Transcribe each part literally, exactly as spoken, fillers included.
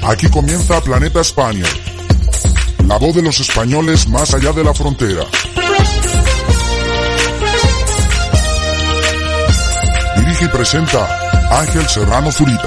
Aquí comienza Planeta España, la voz de los españoles más allá de la frontera. Dirige y presenta Ángel Serrano Zurita.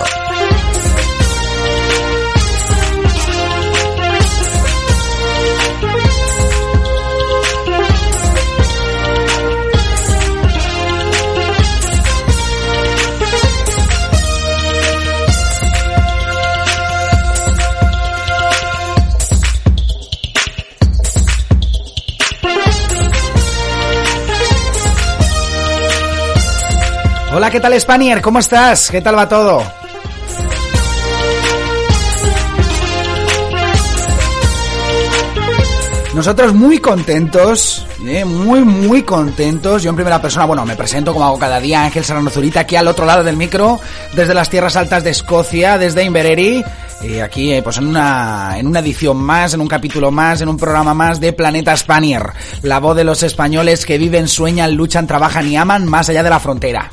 Hola, ¿qué tal, Spanier? ¿Cómo estás? ¿Qué tal va todo? Nosotros muy contentos, eh, muy muy contentos. Yo en primera persona, bueno, me presento como hago cada día, Ángel Serrano Zurita, aquí al otro lado del micro, desde las tierras altas de Escocia, desde Inverary. Eh, aquí, eh, pues en una, en una edición más, en un capítulo más, en un programa más de Planeta Spanier, la voz de los españoles que viven, sueñan, luchan, trabajan y aman más allá de la frontera.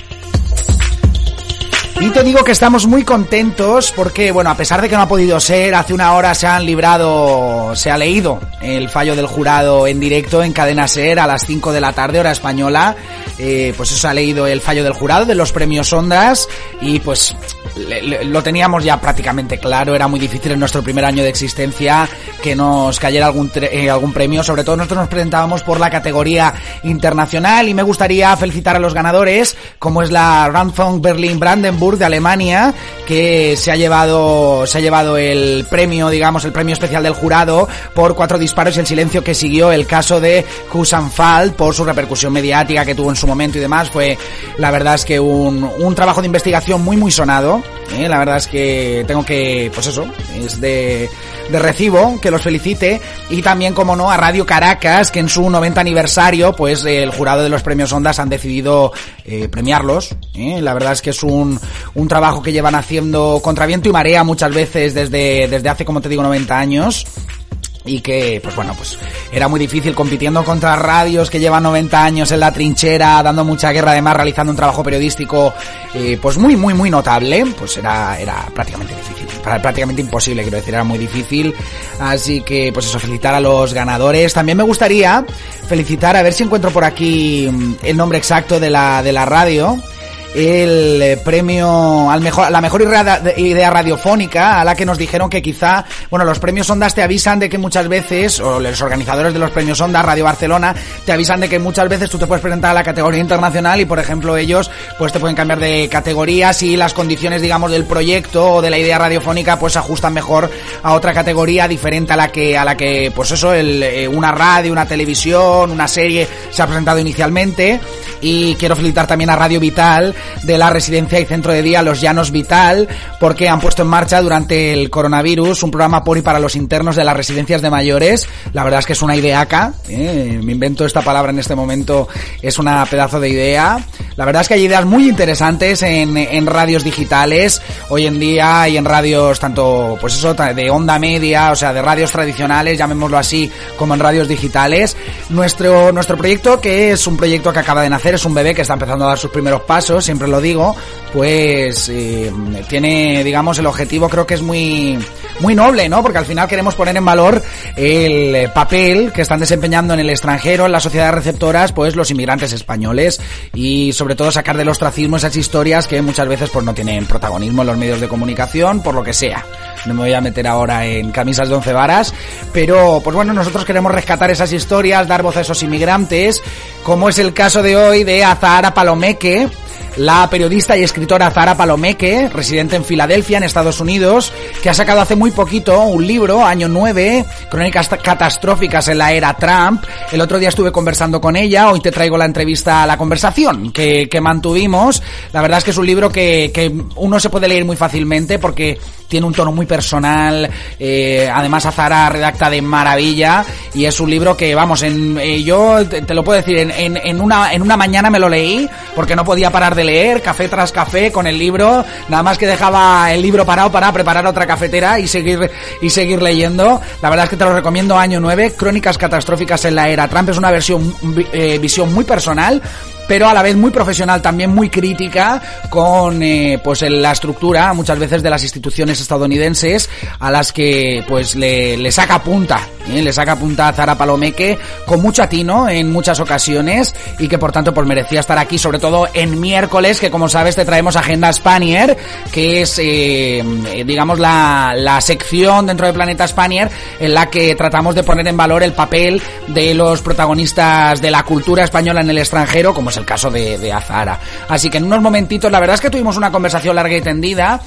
Y te digo que estamos muy contentos porque, bueno, a pesar de que no ha podido ser, hace una hora se han librado, se ha leído el fallo del jurado en directo en Cadena Ser a las cinco de la tarde, hora española. Eh, pues eso, ha leído el fallo del jurado de los premios Ondas y pues le, le, lo teníamos ya prácticamente claro. Era muy difícil en nuestro primer año de existencia que nos cayera algún, eh, algún premio. Sobre todo nosotros nos presentábamos por la categoría internacional y me gustaría felicitar a los ganadores, como es la Rundfunk Berlin Brandenburg de Alemania, que se ha llevado se ha llevado el premio, digamos, el premio especial del jurado por Cuatro disparos y el silencio que siguió el caso de Kusanfall, por su repercusión mediática que tuvo en su momento y demás. Fue, la verdad es que un, un trabajo de investigación muy muy sonado, ¿eh? La verdad es que tengo que, pues eso, es de, de recibo que los felicite. Y también, como no, a Radio Caracas, que en su noventa aniversario, pues el jurado de los premios Ondas han decidido eh, premiarlos, ¿eh? La verdad es que es un un trabajo que llevan haciendo contra viento y marea muchas veces desde, desde hace, como te digo, noventa años. Y que, pues bueno, pues era muy difícil compitiendo contra radios que llevan noventa años en la trinchera, dando mucha guerra, además realizando un trabajo periodístico eh, pues muy, muy, muy notable. Pues era, era prácticamente difícil, prácticamente imposible, quiero decir, era muy difícil. Así que, pues eso, felicitar a los ganadores. También me gustaría felicitar, a ver si encuentro por aquí el nombre exacto de la, de la radio, el premio al mejor, la mejor idea radiofónica, a la que nos dijeron que quizá, bueno, los premios Ondas te avisan de que muchas veces, o los organizadores de los premios Ondas, Radio Barcelona, te avisan de que muchas veces tú te puedes presentar a la categoría internacional y, por ejemplo, ellos pues te pueden cambiar de categoría si las condiciones, digamos, del proyecto o de la idea radiofónica pues se ajustan mejor a otra categoría diferente a la que, a la que pues eso, el, eh, una radio, una televisión, una serie se ha presentado inicialmente. Y quiero felicitar también a Radio Vital, de la residencia y centro de día Los Llanos Vital, porque han puesto en marcha durante el coronavirus un programa por y para los internos de las residencias de mayores. La verdad es que es una ideaca, ¿eh? Me invento esta palabra en este momento, es una pedazo de idea. La verdad es que hay ideas muy interesantes en, en radios digitales hoy en día y en radios tanto, pues eso, de onda media, o sea, de radios tradicionales, llamémoslo así, como en radios digitales. Nuestro, nuestro proyecto, que es un proyecto que acaba de nacer, es un bebé que está empezando a dar sus primeros pasos, siempre lo digo, pues eh, tiene, digamos, el objetivo, creo que es muy muy noble, ¿no? Porque al final queremos poner en valor el papel que están desempeñando en el extranjero, en las sociedades receptoras, pues los inmigrantes españoles, y sobre todo sacar del ostracismo esas historias que muchas veces pues no tienen protagonismo en los medios de comunicación, por lo que sea. No me voy a meter ahora en camisas de once varas, pero pues bueno, nosotros queremos rescatar esas historias, dar voz a esos inmigrantes, como es el caso de hoy de Azahara Palomeque, la periodista y escritora Azahara Palomeque, residente en Filadelfia, en Estados Unidos, que ha sacado hace muy poquito un libro, Año nueve, crónicas catastróficas en la era Trump. El otro día estuve conversando con ella, hoy te traigo la entrevista, la conversación que, que mantuvimos. La verdad es que es un libro que, que uno se puede leer muy fácilmente porque tiene un tono muy personal, eh, además Azahara redacta de maravilla y es un libro que, vamos, en, eh, yo te, te lo puedo decir, en, en, en, una, en una mañana me lo leí porque no podía parar de leer, café tras café, con el libro, nada más que dejaba el libro parado para preparar otra cafetera y seguir y seguir leyendo. La verdad es que te lo recomiendo, Año nueve, Crónicas catastróficas en la era Trump. Es una versión, eh, visión muy personal, pero a la vez muy profesional, también muy crítica con eh, pues la estructura muchas veces de las instituciones estadounidenses, a las que pues le, le saca punta, ¿eh? le saca punta a Zara Palomeque con mucho atino en muchas ocasiones, y que por tanto pues merecía estar aquí, sobre todo en miércoles, que como sabes te traemos Agenda Spanier, que es eh, digamos la, la sección dentro de Planeta Spanier en la que tratamos de poner en valor el papel de los protagonistas de la cultura española en el extranjero, como es el caso de, de Azahara. Así que en unos momentitos, la verdad es que tuvimos una conversación larga y tendida,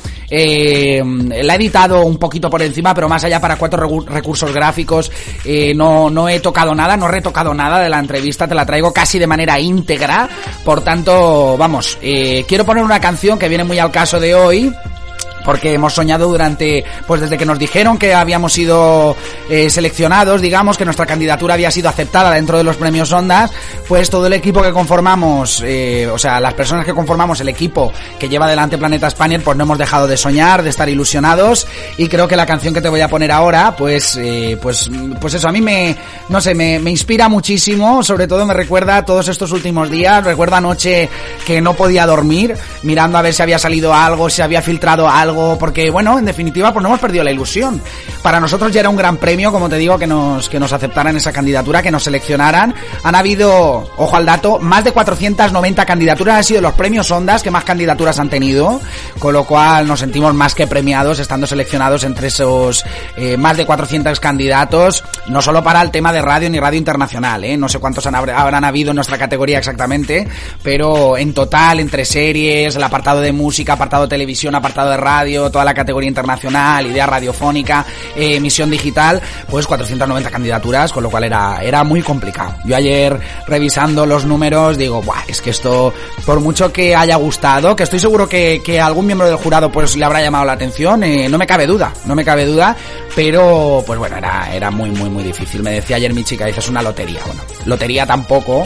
eh, la he editado un poquito por encima, pero más allá para cuatro recursos gráficos, eh, no, no he tocado nada, no he retocado nada de la entrevista, te la traigo casi de manera íntegra, por tanto, vamos, eh, quiero poner una canción que viene muy al caso de hoy, porque hemos soñado durante, pues desde que nos dijeron que habíamos sido eh, seleccionados, digamos, que nuestra candidatura había sido aceptada dentro de los premios Ondas, pues todo el equipo que conformamos, eh, o sea, las personas que conformamos el equipo que lleva adelante Planeta Spanier, pues no hemos dejado de soñar, de estar ilusionados, y creo que la canción que te voy a poner ahora, pues, eh, pues, pues eso, a mí me, no sé, me, me inspira muchísimo, sobre todo me recuerda todos estos últimos días, recuerda anoche que no podía dormir, mirando a ver si había salido algo, si había filtrado algo, porque bueno, en definitiva pues no hemos perdido la ilusión. Para nosotros ya era un gran premio, como te digo, que nos que nos aceptaran esa candidatura, que nos seleccionaran. Han habido, ojo al dato, más de cuatrocientas noventa candidaturas, han sido los premios Ondas que más candidaturas han tenido, con lo cual nos sentimos más que premiados estando seleccionados entre esos eh, más de cuatrocientos candidatos, no solo para el tema de radio ni radio internacional, eh, no sé cuántos han, habrán habido en nuestra categoría exactamente, pero en total, entre series, el apartado de música, apartado de televisión, apartado de radio, toda la categoría internacional, idea radiofónica, eh, emisión digital, pues cuatrocientas noventa candidaturas, con lo cual era era muy complicado. Yo ayer revisando los números digo, buah, es que esto, por mucho que haya gustado, que estoy seguro que, que a algún miembro del jurado pues le habrá llamado la atención, eh, no me cabe duda, no me cabe duda, pero pues bueno, era era muy muy muy difícil. Me decía ayer mi chica, dice, es una lotería. Bueno, lotería tampoco,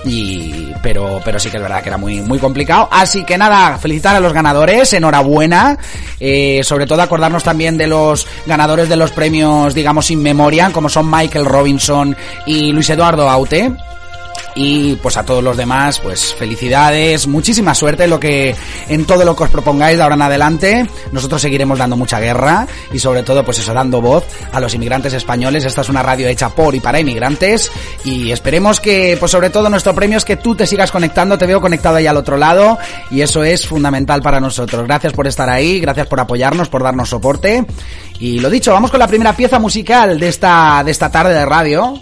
y pero pero sí que es verdad que era muy muy complicado. Así que nada, felicitar a los ganadores, enhorabuena. Eh, sobre todo acordarnos también de los ganadores de los premios, digamos, in memoriam, como son Michael Robinson y Luis Eduardo Aute. Y pues a todos los demás, pues felicidades, muchísima suerte en lo que, en todo lo que os propongáis de ahora en adelante. Nosotros seguiremos dando mucha guerra y sobre todo pues eso, dando voz a los inmigrantes españoles. Esta es una radio hecha por y para inmigrantes, y esperemos que pues sobre todo nuestro premio es que tú te sigas conectando. Te veo conectado ahí al otro lado y eso es fundamental para nosotros. Gracias por estar ahí, gracias por apoyarnos, por darnos soporte. Y lo dicho, vamos con la primera pieza musical de esta, de esta tarde de radio.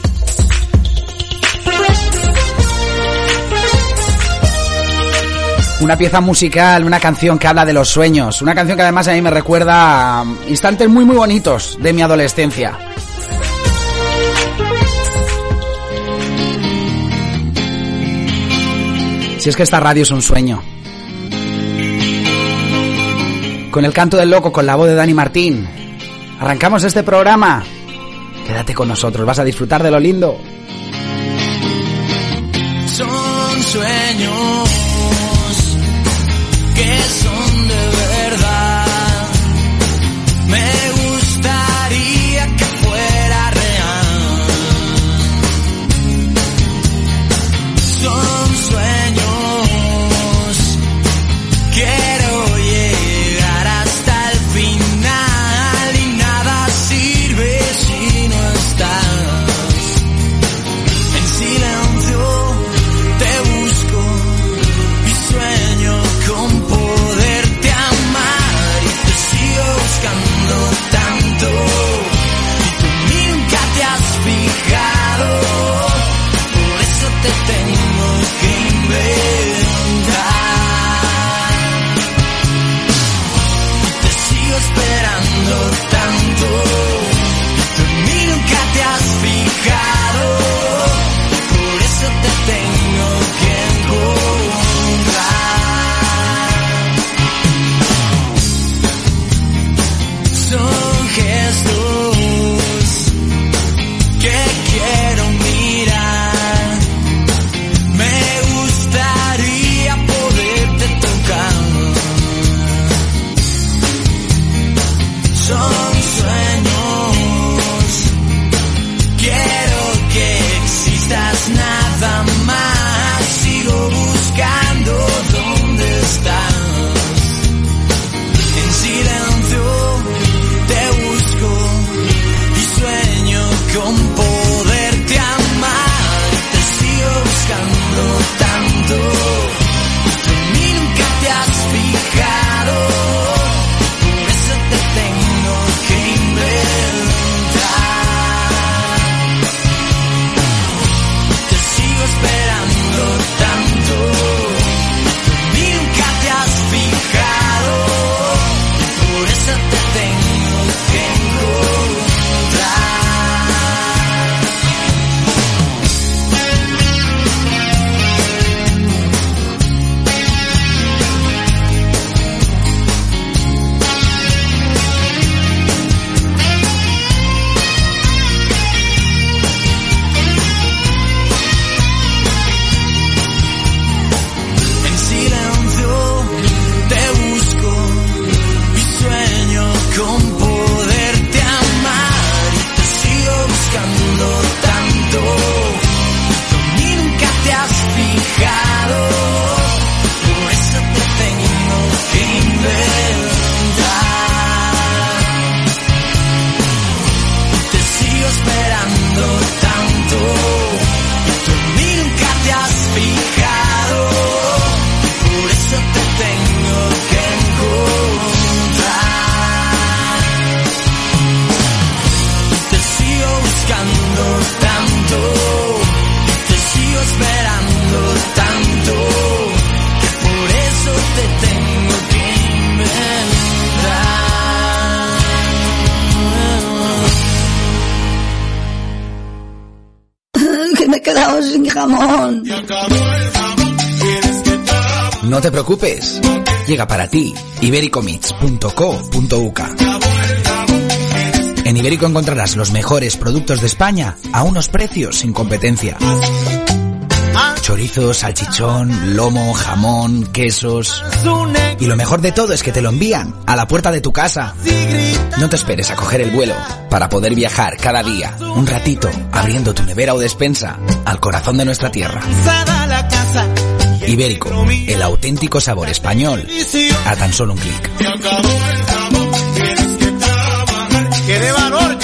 Una pieza musical, una canción que habla de los sueños, una canción que además a mí me recuerda a instantes muy muy bonitos de mi adolescencia. Si es que esta radio es un sueño. Con el canto del loco, con la voz de Dani Martín, arrancamos este programa. Quédate con nosotros, vas a disfrutar de lo lindo. Son sueños que son de verdad. Me gustaría que fuera real. Son sueños, quiero llegar hasta el final y nada sirve si no estás. En silencio te busco y sueño con poderte amar y te sigo buscando tanto y tú nunca te has fijado, por eso te tengo que inventar y te sigo esperando tanto y tú nunca te has fijado, por eso te tengo que encontrar. Son gestos que quiero mirar. Me gustaría poder que encontrar. Con poderte amar, te sigo buscando tanto, ni nunca te has fijado, por eso te tengo que inventar. Te sigo esperando tanto, ni nunca te has fijado, por eso te tengo que encontrar. Buscando tanto, te sigo esperando tanto, que por eso te tengo que inventar. Que me he quedado sin jamón. No te preocupes, llega para ti ibericomits punto co punto u k. En Ibérico encontrarás los mejores productos de España a unos precios sin competencia. Chorizo, salchichón, lomo, jamón, quesos. Y lo mejor de todo es que te lo envían a la puerta de tu casa. No te esperes a coger el vuelo para poder viajar cada día un ratito abriendo tu nevera o despensa al corazón de nuestra tierra. Ibérico, el auténtico sabor español a tan solo un clic. Que de valor.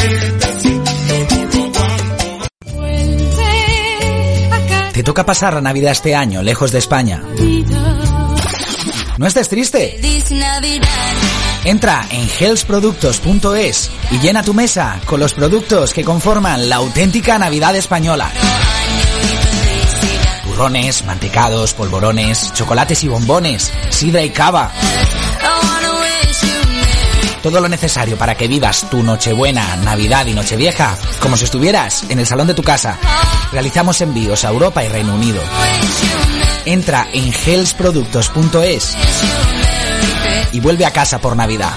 Te toca pasar la Navidad este año lejos de España. No estés triste. Entra en health productos punto es y llena tu mesa con los productos que conforman la auténtica Navidad española. Turrones, mantecados, polvorones, chocolates y bombones, sidra y cava. Todo lo necesario para que vivas tu Nochebuena, Navidad y Nochevieja como si estuvieras en el salón de tu casa. Realizamos envíos a Europa y Reino Unido. Entra en health productos punto es y vuelve a casa por Navidad.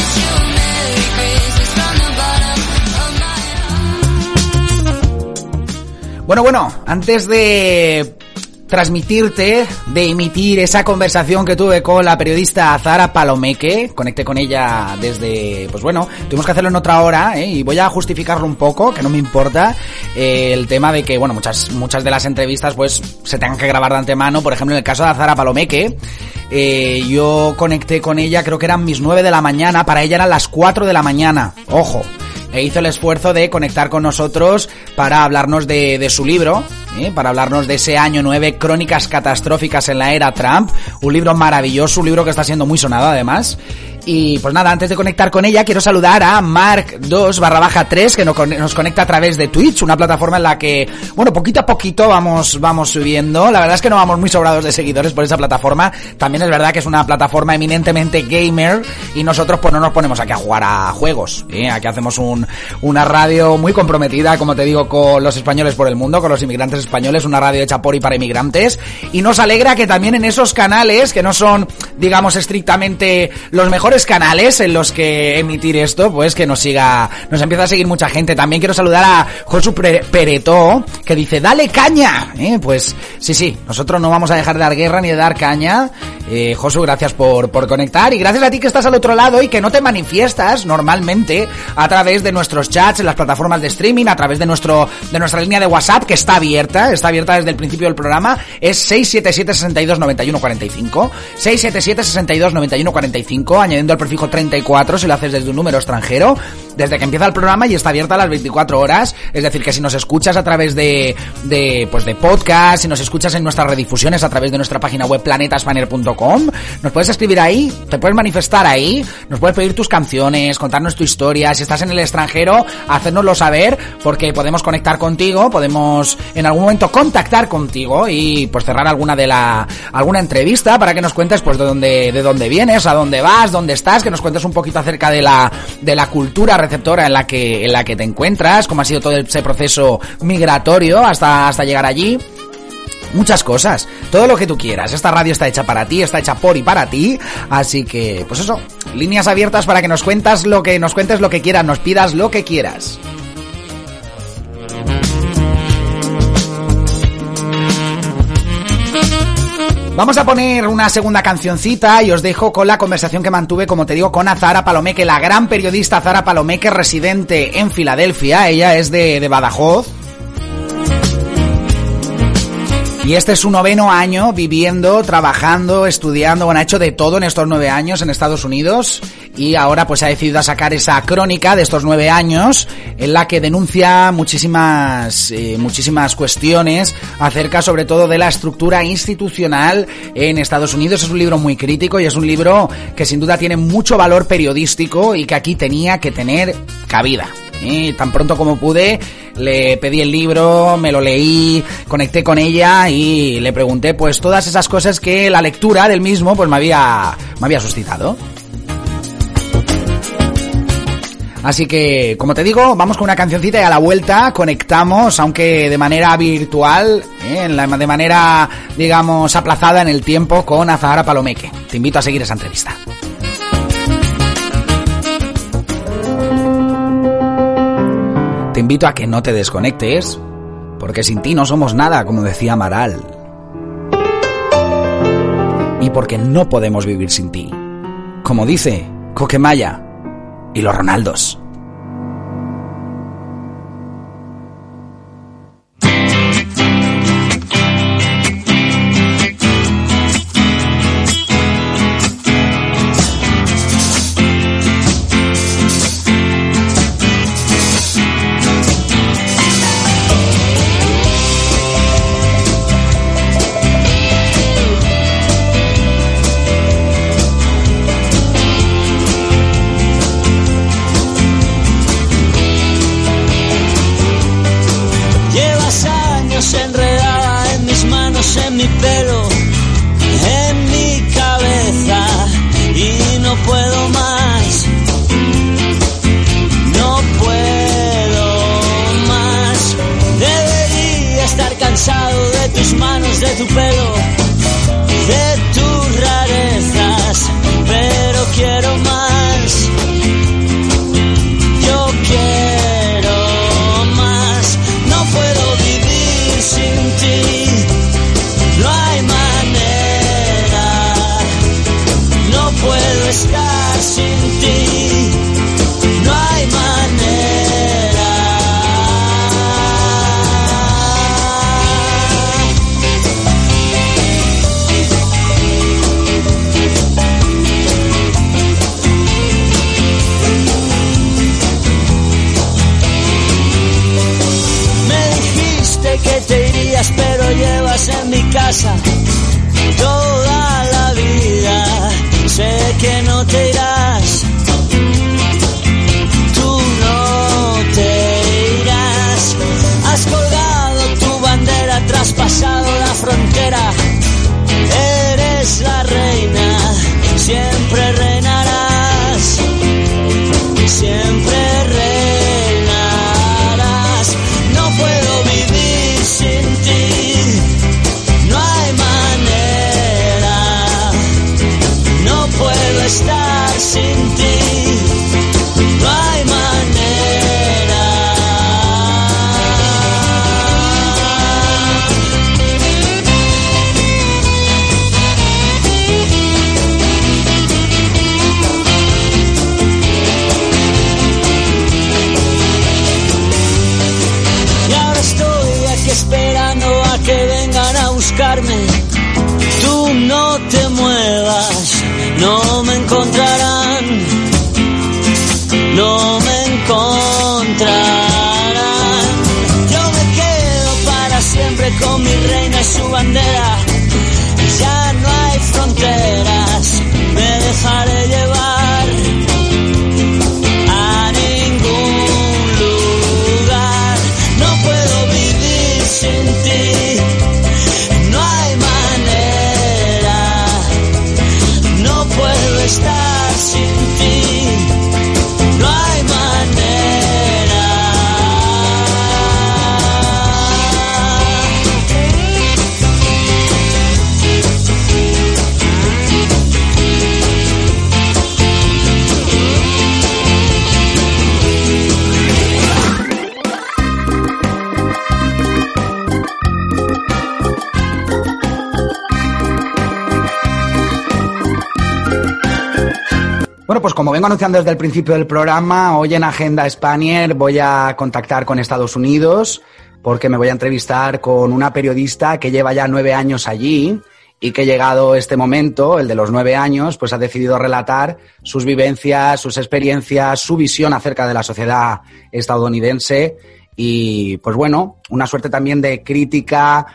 Bueno, bueno, antes de transmitirte, de emitir esa conversación que tuve con la periodista Zara Palomeque, conecté con ella desde, pues bueno, tuvimos que hacerlo en otra hora, ¿eh? Y voy a justificarlo un poco, que no me importa, eh, el tema de que, bueno, muchas muchas de las entrevistas pues se tengan que grabar de antemano. Por ejemplo, en el caso de Zara Palomeque, eh, yo conecté con ella, creo que eran mis nueve de la mañana, para ella eran las cuatro de la mañana, ojo. E hizo el esfuerzo de conectar con nosotros para hablarnos de, de su libro, ¿eh? Para hablarnos de ese año nueve, Crónicas catastróficas en la era Trump, un libro maravilloso, un libro que está siendo muy sonado además. Y pues nada, antes de conectar con ella, quiero saludar a Mark dos barra baja tres, que nos conecta a través de Twitch, una plataforma en la que, bueno, poquito a poquito vamos vamos subiendo. La verdad es que no vamos muy sobrados de seguidores por esa plataforma. También es verdad que es una plataforma eminentemente gamer y nosotros pues no nos ponemos aquí a jugar a juegos, ¿eh? Aquí hacemos un una radio muy comprometida, como te digo, con los españoles por el mundo, con los inmigrantes españoles, una radio hecha por y para inmigrantes. Y nos alegra que también en esos canales, que no son, digamos, estrictamente los mejores canales en los que emitir esto, pues que nos siga, nos empieza a seguir mucha gente. También quiero saludar a Josu Peretó, que dice, dale caña, ¿eh? Pues sí, sí, nosotros no vamos a dejar de dar guerra ni de dar caña. eh, Josu, gracias por, por conectar, y gracias a ti que estás al otro lado y que no te manifiestas normalmente a través de nuestros chats en las plataformas de streaming, a través de nuestro de nuestra línea de WhatsApp, que está abierta, está abierta desde el principio del programa. Es seis siete siete, seis dos, nueve uno cuatro cinco, seis siete siete, seis dos, nueve uno cuatro cinco, añadiendo el prefijo treinta y cuatro si lo haces desde un número extranjero. desde que empieza el programa y está abierta a las veinticuatro horas. Es decir, que si nos escuchas a través de, de, pues de podcast, si nos escuchas en nuestras redifusiones a través de nuestra página web planeta spanier punto com, nos puedes escribir ahí, te puedes manifestar ahí, nos puedes pedir tus canciones, contarnos tu historia. Si estás en el extranjero, hacérnoslo saber, porque podemos conectar contigo, podemos en algún momento contactar contigo y pues cerrar alguna de la alguna entrevista para que nos cuentes pues de dónde de dónde vienes, a dónde vas, dónde estás, que nos cuentes un poquito acerca de la de la cultura receptora en la que en la que te encuentras, cómo ha sido todo ese proceso migratorio hasta hasta llegar allí. Muchas cosas, todo lo que tú quieras. Esta radio está hecha para ti, está hecha por y para ti, así que pues eso, líneas abiertas para que nos cuentas lo que nos cuentes lo que quieras, nos pidas lo que quieras. Vamos a poner una segunda cancioncita y os dejo con la conversación que mantuve, como te digo, con Azahara Palomeque, la gran periodista Azahara Palomeque, residente en Filadelfia. Ella es de, de Badajoz. Y este es su noveno año viviendo, trabajando, estudiando, bueno, ha hecho de todo en estos nueve años en Estados Unidos y ahora pues ha decidido sacar esa crónica de estos nueve años en la que denuncia muchísimas, eh, muchísimas cuestiones acerca sobre todo de la estructura institucional en Estados Unidos. Es un libro muy crítico y es un libro que sin duda tiene mucho valor periodístico y que aquí tenía que tener cabida. Y tan pronto como pude le pedí el libro, me lo leí, conecté con ella y le pregunté pues todas esas cosas que la lectura del mismo pues me había me había suscitado. Así que, como te digo, vamos con una cancioncita y a la vuelta conectamos, aunque de manera virtual, ¿eh? de manera, digamos, aplazada en el tiempo, con Azahara Palomeque. Te invito a seguir esa entrevista. Te invito a que no te desconectes, porque sin ti no somos nada, como decía Amaral. Y porque no podemos vivir sin ti, como dice Coquemaya y los Ronaldos. Pero llevas en mi casa toda la vida. Sé que no te irás, tú no te irás. Has colgado tu bandera, traspasado la frontera. Eres la reina, siempre reinarás, siempre reinarás. No puedo vivir sin ti, no hay manera. No puedo estar sin ti, no hay manera. Y ahora estoy aquí esperando a que vengan a buscarme. Tú no te muevas, no me encontrarán, no me encontrarán. encontrarán. Yo me quedo para siempre con mi reina y su bandera. Ya no hay fronteras, me dejaré llevar a ningún lugar. No puedo vivir sin ti, no hay manera. No puedo estar sin ti, no hay manera. Bueno, pues como vengo anunciando desde el principio del programa, hoy en Agenda Spanier voy a contactar con Estados Unidos porque me voy a entrevistar con una periodista que lleva ya nueve años allí y que llegado este momento, el de los nueve años, pues ha decidido relatar sus vivencias, sus experiencias, su visión acerca de la sociedad estadounidense. Y, pues bueno, una suerte también de crítica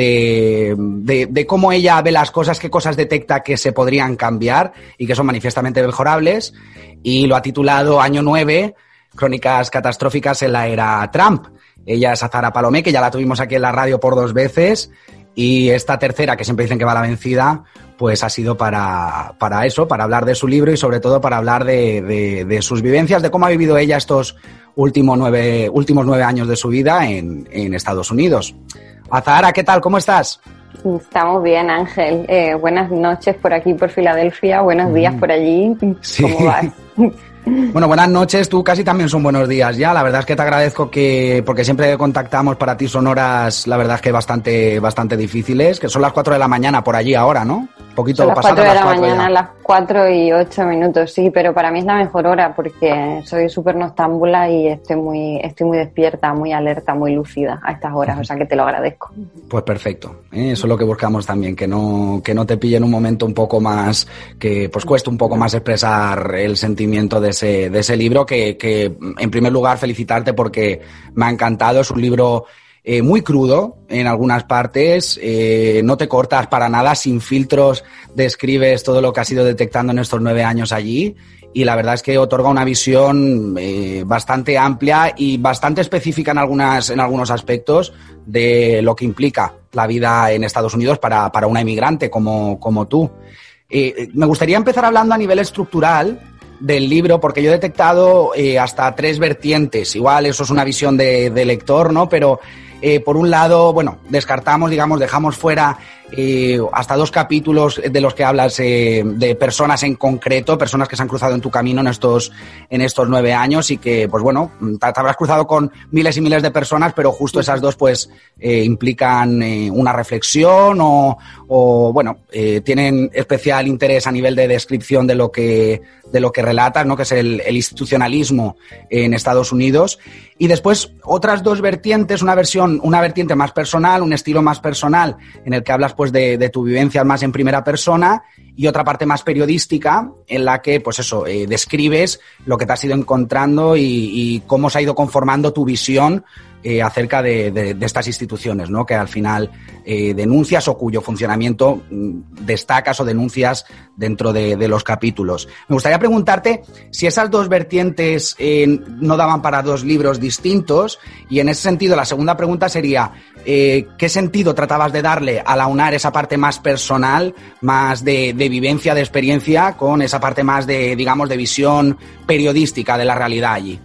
de, de, de cómo ella ve las cosas, qué cosas detecta que se podrían cambiar y que son manifiestamente mejorables. Y lo ha titulado Año nueve, Crónicas catastróficas en la era Trump. Ella es Azahara Palomé, que ya la tuvimos aquí en la radio por dos veces. Y esta tercera, que siempre dicen que va a la vencida, pues ha sido para, para eso, para hablar de su libro y sobre todo para hablar de, de, de sus vivencias, de cómo ha vivido ella estos últimos nueve, últimos nueve años de su vida en, en Estados Unidos. Azahara, ¿qué tal? ¿Cómo estás? Estamos bien, Ángel. Eh, buenas noches por aquí, por Filadelfia. Buenos días por allí. Sí. ¿Cómo vas? Bueno, buenas noches. Tú casi también son buenos días ya. La verdad es que te agradezco que, porque siempre que contactamos para ti son horas, la verdad es que bastante, bastante difíciles, que son las cuatro de la mañana por allí ahora, ¿no? Un poquito son las pasadas cuatro de las la cuatro mañana, ya. las cuatro y ocho minutos, sí, pero para mí es la mejor hora porque soy súper noctámbula y estoy muy, estoy muy despierta, muy alerta, muy lúcida a estas horas, o sea que te lo agradezco. Pues perfecto, ¿eh? Eso es lo que buscamos también, que no, que no te pille en un momento un poco más, que pues cueste un poco más expresar el sentimiento de ese, de ese libro, que, que en primer lugar felicitarte porque me ha encantado, es un libro Eh, muy crudo en algunas partes, eh, no te cortas para nada, sin filtros describes todo lo que has ido detectando en estos nueve años allí y la verdad es que otorga una visión eh, bastante amplia y bastante específica en algunas en algunos aspectos de lo que implica la vida en Estados Unidos para, para una inmigrante como, como tú. Eh, me gustaría empezar hablando a nivel estructural del libro, porque yo he detectado eh, hasta tres vertientes. Igual eso es una visión de, de lector, ¿no? Pero eh, por un lado, bueno, descartamos, digamos, dejamos fuera eh, hasta dos capítulos de los que hablas eh, de personas en concreto, personas que se han cruzado en tu camino en estos en estos nueve años y que, pues bueno, te, te habrás cruzado con miles y miles de personas, pero justo esas dos, pues, eh, implican eh, una reflexión o, o bueno, eh, tienen especial interés a nivel de descripción de lo que de lo que relatas, ¿no? Que es el, el institucionalismo en Estados Unidos. Y después otras dos vertientes, una versión, una vertiente más personal, un estilo más personal, en el que hablas pues de, de tu vivencia más en primera persona, y otra parte más periodística, en la que, pues eso, eh, describes lo que te has ido encontrando y, y cómo se ha ido conformando tu visión eh, acerca de, de, de estas instituciones, ¿no? Que al final eh, denuncias o cuyo funcionamiento mm, destacas o denuncias dentro de, de los capítulos. Me gustaría preguntarte si esas dos vertientes eh, no daban para dos libros distintos, y en ese sentido la segunda pregunta sería eh, ¿qué sentido tratabas de darle al aunar esa parte más personal, más de, de vivencia, de experiencia, con esa parte más de, digamos, de visión periodística de la realidad allí?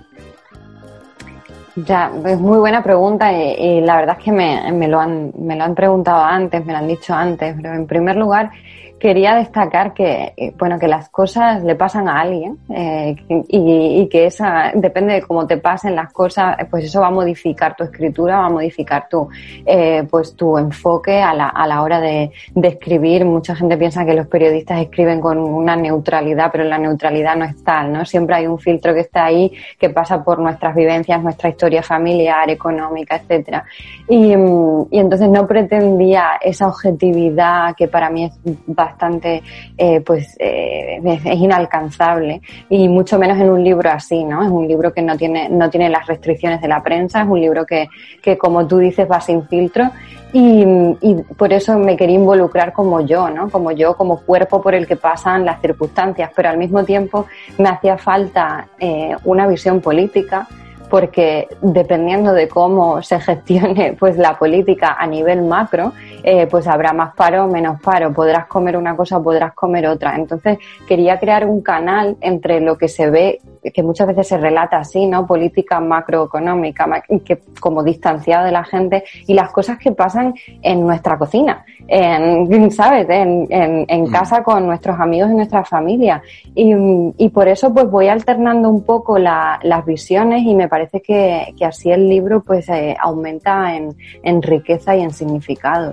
Ya, es muy buena pregunta y, y la verdad es que me, me, lo han, me lo han preguntado antes, me lo han dicho antes, pero en primer lugar quería destacar que, bueno, que las cosas le pasan a alguien eh, y, y que esa, depende de cómo te pasen las cosas, pues eso va a modificar tu escritura, va a modificar tu, eh, pues tu enfoque a la, a la hora de, de escribir. Mucha gente piensa que los periodistas escriben con una neutralidad, pero la neutralidad no es tal, ¿no? Siempre hay un filtro que está ahí, que pasa por nuestras vivencias, nuestra historia familiar, económica, etcétera. Y, y entonces no pretendía esa objetividad que para mí es bastante bastante, eh, pues, eh, es, es inalcanzable, y mucho menos en un libro así, ¿no? Es un libro que no tiene, no tiene las restricciones de la prensa, es un libro que, que como tú dices, va sin filtro, y, y por eso me quería involucrar como yo, ¿no? Como yo, como cuerpo por el que pasan las circunstancias, pero al mismo tiempo me hacía falta eh, una visión política, porque dependiendo de cómo se gestione pues la política a nivel macro, eh, pues habrá más paro o menos paro, podrás comer una cosa o podrás comer otra. Entonces quería crear un canal entre lo que se ve, que muchas veces se relata así, ¿no? Política macroeconómica, que como distanciado de la gente, y las cosas que pasan en nuestra cocina, en, ¿sabes? En, en, en mm. casa con nuestros amigos y nuestra familia. Y, y por eso pues voy alternando un poco la, las visiones, y me parece que, que así el libro pues eh, aumenta en, en riqueza y en significado.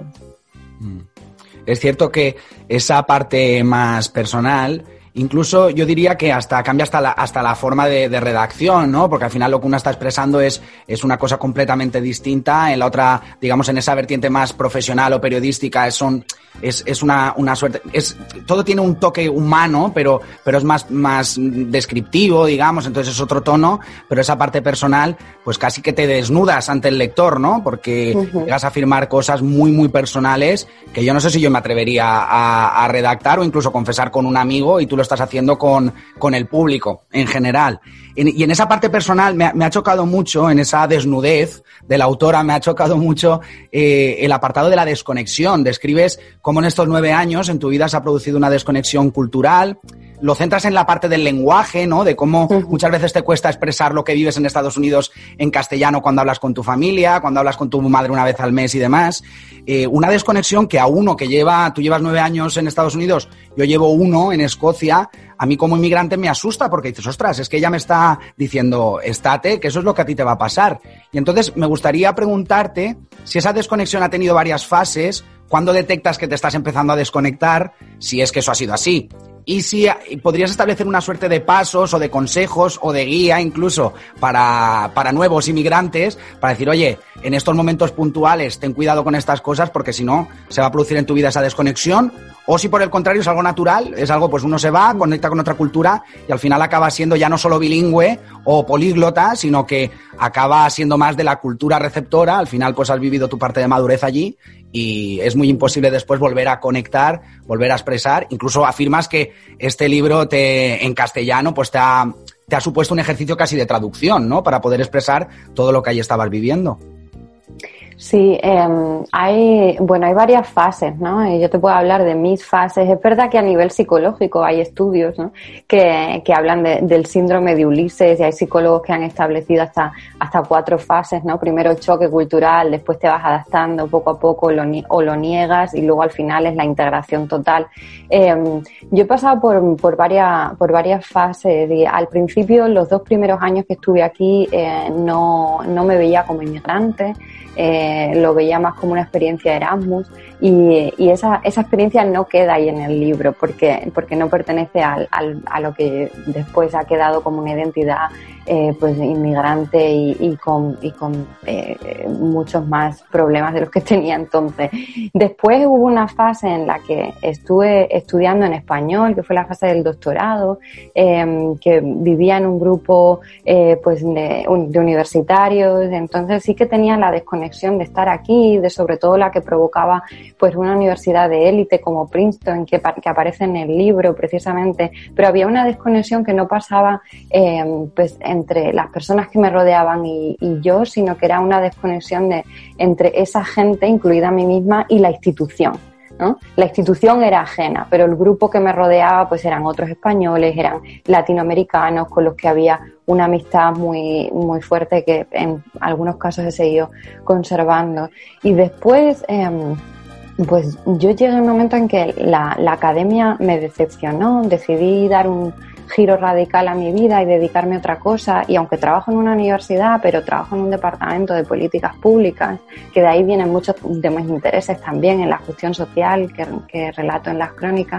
Es cierto que esa parte más personal, incluso yo diría que hasta cambia hasta la, hasta la forma de, de redacción, ¿no? Porque al final lo que una está expresando es, es una cosa completamente distinta. En la otra, digamos, en esa vertiente más profesional o periodística, es, un, es, es una, una suerte, es, todo tiene un toque humano, pero, pero es más, más descriptivo, digamos, entonces es otro tono, pero esa parte personal, pues casi que te desnudas ante el lector, ¿no? Porque uh-huh. llegas a afirmar cosas muy, muy personales que yo no sé si yo me atrevería a, a redactar o incluso confesar con un amigo, y tú lo estás haciendo con, con el público en general. En, y en esa parte personal me ha, me ha chocado mucho, en esa desnudez de la autora, me ha chocado mucho eh, el apartado de la desconexión. Describes cómo en estos nueve años en tu vida se ha producido una desconexión cultural. Lo centras en la parte del lenguaje, ¿no? De cómo uh-huh. muchas veces te cuesta expresar lo que vives en Estados Unidos en castellano cuando hablas con tu familia, cuando hablas con tu madre una vez al mes y demás. Eh, una desconexión que a uno que lleva, tú llevas nueve años en Estados Unidos, yo llevo uno en Escocia, a mí como inmigrante me asusta porque dices, ostras, es que ella me está diciendo, estate, que eso es lo que a ti te va a pasar. Y entonces me gustaría preguntarte si esa desconexión ha tenido varias fases, ¿cuándo detectas que te estás empezando a desconectar? Si es que eso ha sido así. Y si podrías establecer una suerte de pasos o de consejos o de guía incluso para, para nuevos inmigrantes, para decir, oye, en estos momentos puntuales ten cuidado con estas cosas porque si no se va a producir en tu vida esa desconexión, o si por el contrario es algo natural, es algo, pues uno se va, conecta con otra cultura y al final acaba siendo ya no solo bilingüe o políglota, sino que acaba siendo más de la cultura receptora. Al final pues has vivido tu parte de madurez allí y es muy imposible después volver a conectar, volver a expresar. Incluso afirmas que este libro te, en castellano pues te ha, te ha supuesto un ejercicio casi de traducción, ¿no? Para poder expresar todo lo que ahí estabas viviendo. Sí, eh, hay, bueno, hay varias fases, ¿no? Yo te puedo hablar de mis fases. Es verdad que a nivel psicológico hay estudios, ¿no? que, que hablan de, del síndrome de Ulises, y hay psicólogos que han establecido hasta, hasta cuatro fases, ¿no? Primero el choque cultural, después te vas adaptando poco a poco, lo, o lo niegas, y luego al final es la integración total. Eh, yo he pasado por, por varias, por varias fases, y al principio, los dos primeros años que estuve aquí, eh, no, no me veía como inmigrante. Eh, lo veía más como una experiencia de Erasmus, y, y esa, esa experiencia no queda ahí en el libro porque, porque no pertenece al, al, a lo que después ha quedado como una identidad eh, pues inmigrante y, y con, y con eh, muchos más problemas de los que tenía entonces. Después hubo una fase en la que estuve estudiando en español, que fue la fase del doctorado, eh, que vivía en un grupo eh, pues de, de universitarios, entonces sí que tenía la desconexión de estar aquí, de sobre todo la que provocaba pues una universidad de élite como Princeton, que, que aparece en el libro precisamente, pero había una desconexión que no pasaba eh, pues entre las personas que me rodeaban y, y yo, sino que era una desconexión de entre esa gente, incluida a mí misma, y la institución, ¿no? La institución era ajena, pero el grupo que me rodeaba pues eran otros españoles, eran latinoamericanos con los que había una amistad muy muy fuerte que en algunos casos he seguido conservando. Y después eh, pues yo llegué a un momento en que la, la academia me decepcionó, decidí dar un giro radical a mi vida y dedicarme a otra cosa, y aunque trabajo en una universidad, pero trabajo en un departamento de políticas públicas, que de ahí vienen muchos de mis intereses también en la cuestión social que, que relato en las crónicas,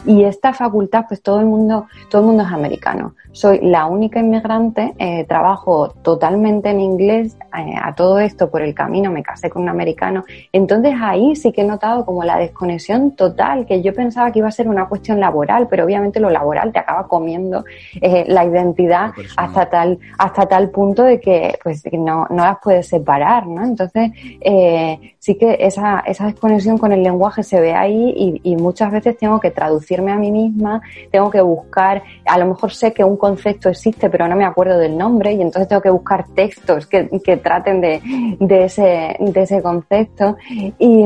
Y esta facultad, pues todo el mundo, todo el mundo es americano. Soy la única inmigrante, eh, trabajo totalmente en inglés, eh, a todo esto por el camino me casé con un americano. Entonces ahí sí que he notado como la desconexión total, que yo pensaba que iba a ser una cuestión laboral, pero obviamente lo laboral te acaba comiendo eh, la identidad hasta tal, hasta tal punto de que pues no, no las puedes separar, ¿no? Entonces eh, sí que esa, esa desconexión con el lenguaje se ve ahí y, y muchas veces tengo que traducirme a mí misma, tengo que buscar, a lo mejor sé que un concepto existe pero no me acuerdo del nombre y entonces tengo que buscar textos que, que traten de, de, ese, de ese concepto. Y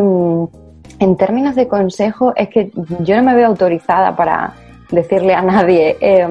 en términos de consejo es que yo no me veo autorizada para decirle a nadie eh,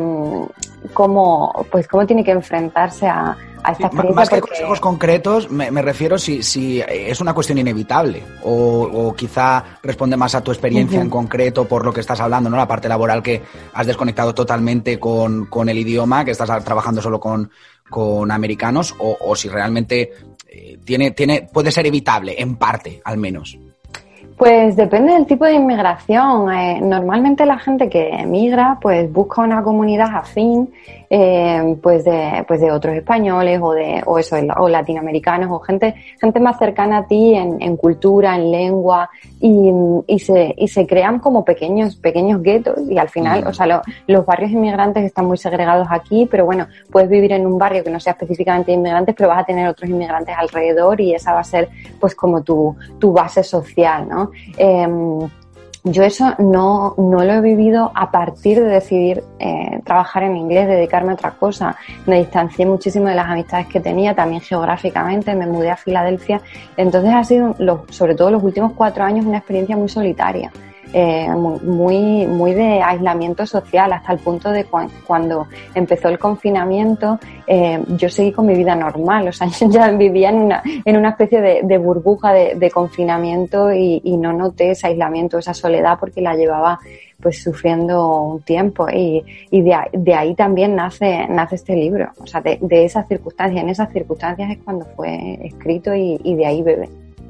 cómo, pues cómo tiene que enfrentarse a, a esta sí, experiencia. Más que porque... consejos concretos, me, me refiero si, si es una cuestión inevitable o, o quizá responde más a tu experiencia uh-huh. en concreto por lo que estás hablando, ¿no? La parte laboral que has desconectado totalmente con, con el idioma, que estás trabajando solo con, con americanos o, o si realmente eh, tiene, tiene, puede ser evitable, en parte al menos. Pues depende del tipo de inmigración. Eh, normalmente la gente que emigra pues busca una comunidad afín eh, pues de pues de otros españoles o de o eso o latinoamericanos o gente gente más cercana a ti en, en cultura, en lengua y, y se y se crean como pequeños pequeños guetos y al final, mm. o sea, lo, los barrios inmigrantes están muy segregados aquí, pero bueno, puedes vivir en un barrio que no sea específicamente de inmigrantes, pero vas a tener otros inmigrantes alrededor y esa va a ser pues como tu tu base social, ¿no? Eh, yo eso no, no lo he vivido a partir de decidir eh, trabajar en inglés, dedicarme a otra cosa. Me distancié muchísimo de las amistades que tenía, también geográficamente, me mudé a Filadelfia. Entonces ha sido, los, sobre todo los últimos cuatro años, una experiencia muy solitaria. Eh, muy, muy de aislamiento social, hasta el punto de cu- cuando empezó el confinamiento, eh, yo seguí con mi vida normal, o sea, yo ya vivía en una, en una especie de, de burbuja de, de confinamiento y, y no noté ese aislamiento, esa soledad, porque la llevaba pues sufriendo un tiempo y, y de, de ahí también nace, nace este libro, o sea, de, de esas circunstancias, en esas circunstancias es cuando fue escrito y, y de ahí bebe.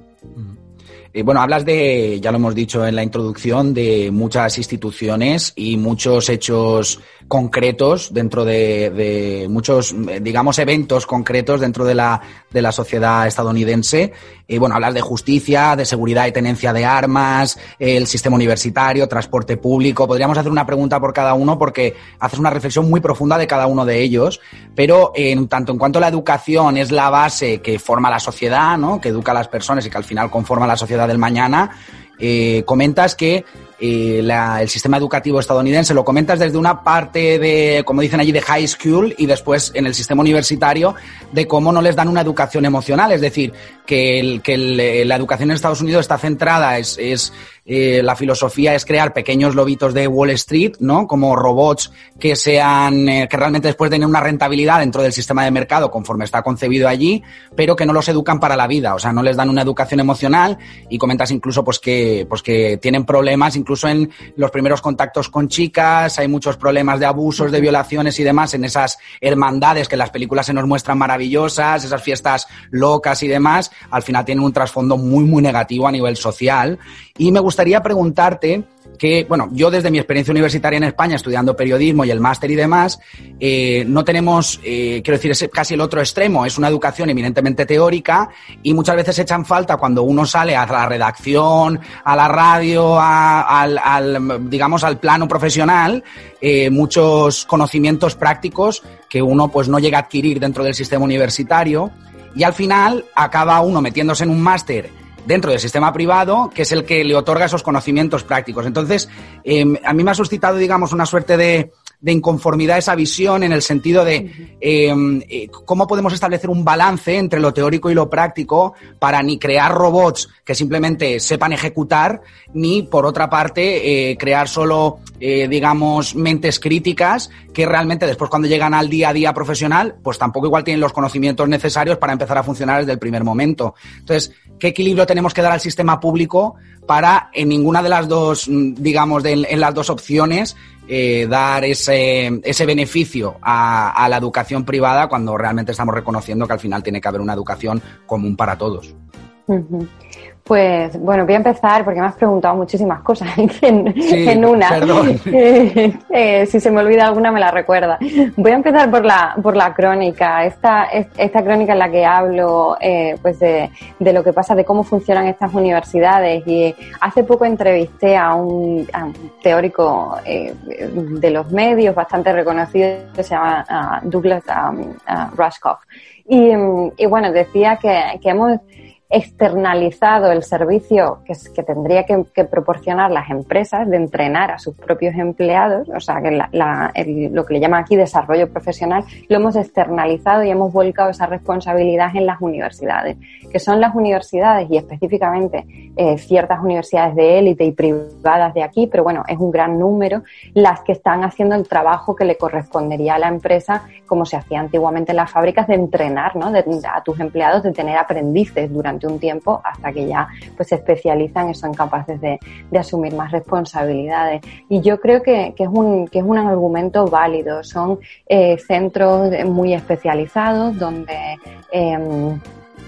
Eh, bueno, hablas de, ya lo hemos dicho en la introducción, de muchas instituciones y muchos hechos concretos dentro de, de muchos, digamos, eventos concretos dentro de la, de la sociedad estadounidense. Eh, bueno, hablas de justicia, de seguridad y tenencia de armas, el sistema universitario, transporte público. Podríamos hacer una pregunta por cada uno porque haces una reflexión muy profunda de cada uno de ellos, pero en tanto en cuanto la educación es la base que forma la sociedad, ¿no? Que educa a las personas y que al final conforma la sociedad del mañana, eh, comentas que eh, la, el sistema educativo estadounidense lo comentas desde una parte de, como dicen allí, de high school y después en el sistema universitario de cómo no les dan una educación emocional, es decir, que, el, que el, la educación en Estados Unidos está centrada, es, es eh, la filosofía es crear pequeños lobitos de Wall Street, ¿no? Como robots que sean, eh, que realmente después tienen una rentabilidad dentro del sistema de mercado conforme está concebido allí, pero que no los educan para la vida, o sea, no les dan una educación emocional y comentas incluso pues que, pues que tienen problemas incluso en los primeros contactos con chicas, hay muchos problemas de abusos, de violaciones y demás en esas hermandades que en las películas se nos muestran maravillosas, esas fiestas locas y demás, al final tienen un trasfondo muy, muy negativo a nivel social. Y me gustaría preguntarte que, bueno, yo desde mi experiencia universitaria en España, estudiando periodismo y el máster y demás, eh, no tenemos, eh, quiero decir, es casi el otro extremo, es una educación eminentemente teórica y muchas veces echan falta cuando uno sale a la redacción, a la radio, a, al, al, digamos, al plano profesional, eh, muchos conocimientos prácticos que uno pues no llega a adquirir dentro del sistema universitario y al final acaba uno metiéndose en un máster dentro del sistema privado, que es el que le otorga esos conocimientos prácticos. Entonces, eh, a mí me ha suscitado, digamos, una suerte de, de inconformidad esa visión en el sentido de eh, eh, cómo podemos establecer un balance entre lo teórico y lo práctico para ni crear robots que simplemente sepan ejecutar, ni, por otra parte, eh, crear solo, eh, digamos, mentes críticas que realmente después cuando llegan al día a día profesional, pues tampoco igual tienen los conocimientos necesarios para empezar a funcionar desde el primer momento. Entonces, ¿qué equilibrio tenemos que dar al sistema público para en ninguna de las dos, digamos, de, en las dos opciones, eh, dar ese, ese beneficio a, a la educación privada cuando realmente estamos reconociendo que al final tiene que haber una educación común para todos? Uh-huh. Pues bueno, voy a empezar porque me has preguntado muchísimas cosas en, sí, en una. Perdón. Eh, eh, si se me olvida alguna me la recuerda. Voy a empezar por la por la crónica. Esta esta crónica en la que hablo eh, pues de, de lo que pasa, de cómo funcionan estas universidades. Y hace poco entrevisté a un, a un teórico eh, de los medios bastante reconocido que se llama uh, Douglas um, uh, Rushkoff. Y, y bueno, decía que, que hemos externalizado el servicio que, que tendría que, que proporcionar las empresas de entrenar a sus propios empleados, o sea, que la, la, el, lo que le llaman aquí desarrollo profesional, lo hemos externalizado y hemos volcado esa responsabilidad en las universidades, que son las universidades y específicamente eh, ciertas universidades de élite y privadas de aquí, pero bueno, es un gran número, las que están haciendo el trabajo que le correspondería a la empresa, como se hacía antiguamente en las fábricas, de entrenar, ¿no? De, a tus empleados, de tener aprendices durante un tiempo hasta que ya pues se especializan y son capaces de, de asumir más responsabilidades. Y yo creo que, que es un que es un argumento válido. Son eh, centros muy especializados donde eh,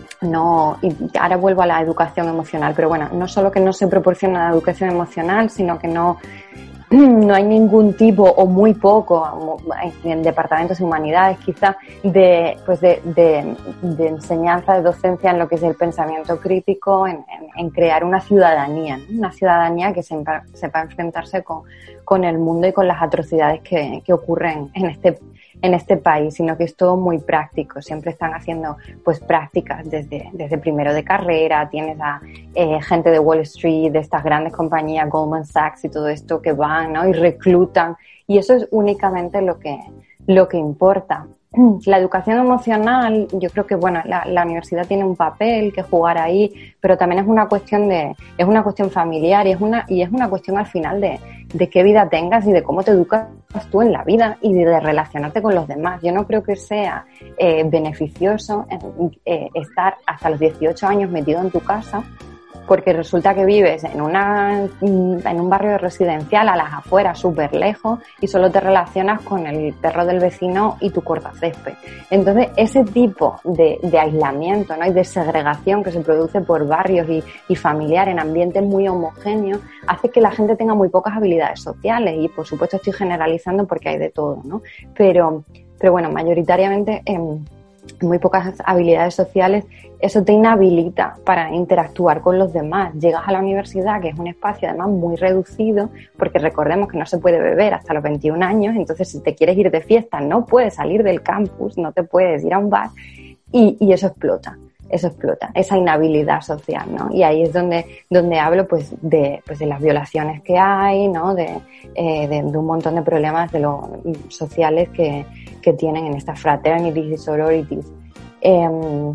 no, y ahora vuelvo a la educación emocional, pero bueno, no solo que no se proporciona la educación emocional, sino que no no hay ningún tipo o muy poco en departamentos de humanidades quizá de pues de, de, de enseñanza, de docencia en lo que es el pensamiento crítico, en, en, en crear una ciudadanía, ¿no? Una ciudadanía que sepa, sepa enfrentarse con, con el mundo y con las atrocidades que, que ocurren en este en este país, sino que es todo muy práctico. Siempre están haciendo pues prácticas desde, desde primero de carrera. Tienes a eh, gente de Wall Street, de estas grandes compañías, Goldman Sachs y todo esto, que van, ¿no? Y reclutan. Y eso es únicamente lo que, lo que importa. La educación emocional, yo creo que bueno, la, la universidad tiene un papel que jugar ahí, pero también es una cuestión de, es una cuestión familiar y es una, y es una cuestión al final de, de qué vida tengas y de cómo te educas tú en la vida y de relacionarte con los demás. Yo no creo que sea eh, beneficioso eh, estar hasta los dieciocho años metido en tu casa, porque resulta que vives en una en un barrio residencial a las afueras, súper lejos, y solo te relacionas con el perro del vecino y tu cortacésped. Entonces, ese tipo de, de aislamiento, ¿no? Y de segregación que se produce por barrios y, y familiar en ambientes muy homogéneos hace que la gente tenga muy pocas habilidades sociales. Y, por supuesto, estoy generalizando porque hay de todo, ¿no? Pero, pero bueno, mayoritariamente eh, muy pocas habilidades sociales. Eso te inhabilita para interactuar con los demás. Llegas a la universidad, que es un espacio además muy reducido, porque recordemos que no se puede beber hasta los veintiún años, entonces si te quieres ir de fiesta no puedes salir del campus, no te puedes ir a un bar, y, y eso explota. Eso explota, esa inhabilidad social, ¿no? Y ahí es donde, donde hablo, pues, de, pues, de las violaciones que hay, ¿no? De, eh, de, de un montón de problemas de los sociales que, que tienen en estas fraternities y sororities. Eh,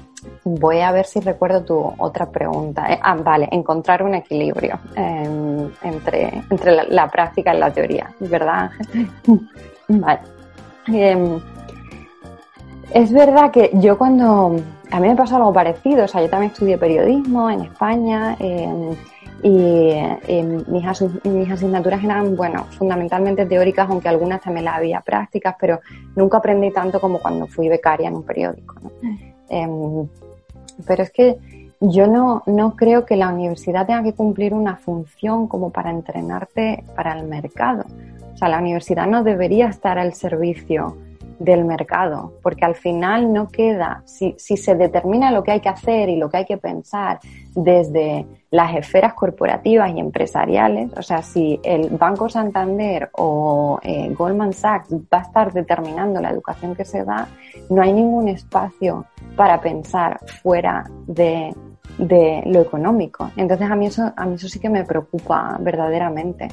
voy a ver si recuerdo tu otra pregunta. Eh, ah, vale, encontrar un equilibrio eh, entre, entre la, la práctica y la teoría, ¿verdad, Ángel? Vale. Eh, es verdad que yo cuando... A mí me pasó algo parecido, o sea, yo también estudié periodismo en España eh, y eh, mis, asu- mis asignaturas eran, bueno, fundamentalmente teóricas, aunque algunas también las había prácticas, pero nunca aprendí tanto como cuando fui becaria en un periódico, ¿no? Eh, pero es que yo no, no creo que la universidad tenga que cumplir una función como para entrenarte para el mercado. O sea, la universidad no debería estar al servicio del mercado, porque al final no queda, si, si se determina lo que hay que hacer y lo que hay que pensar desde las esferas corporativas y empresariales, o sea, si el Banco Santander o eh, Goldman Sachs va a estar determinando la educación que se da, no hay ningún espacio para pensar fuera de, de lo económico. Entonces a mí eso, a mí eso sí que me preocupa verdaderamente.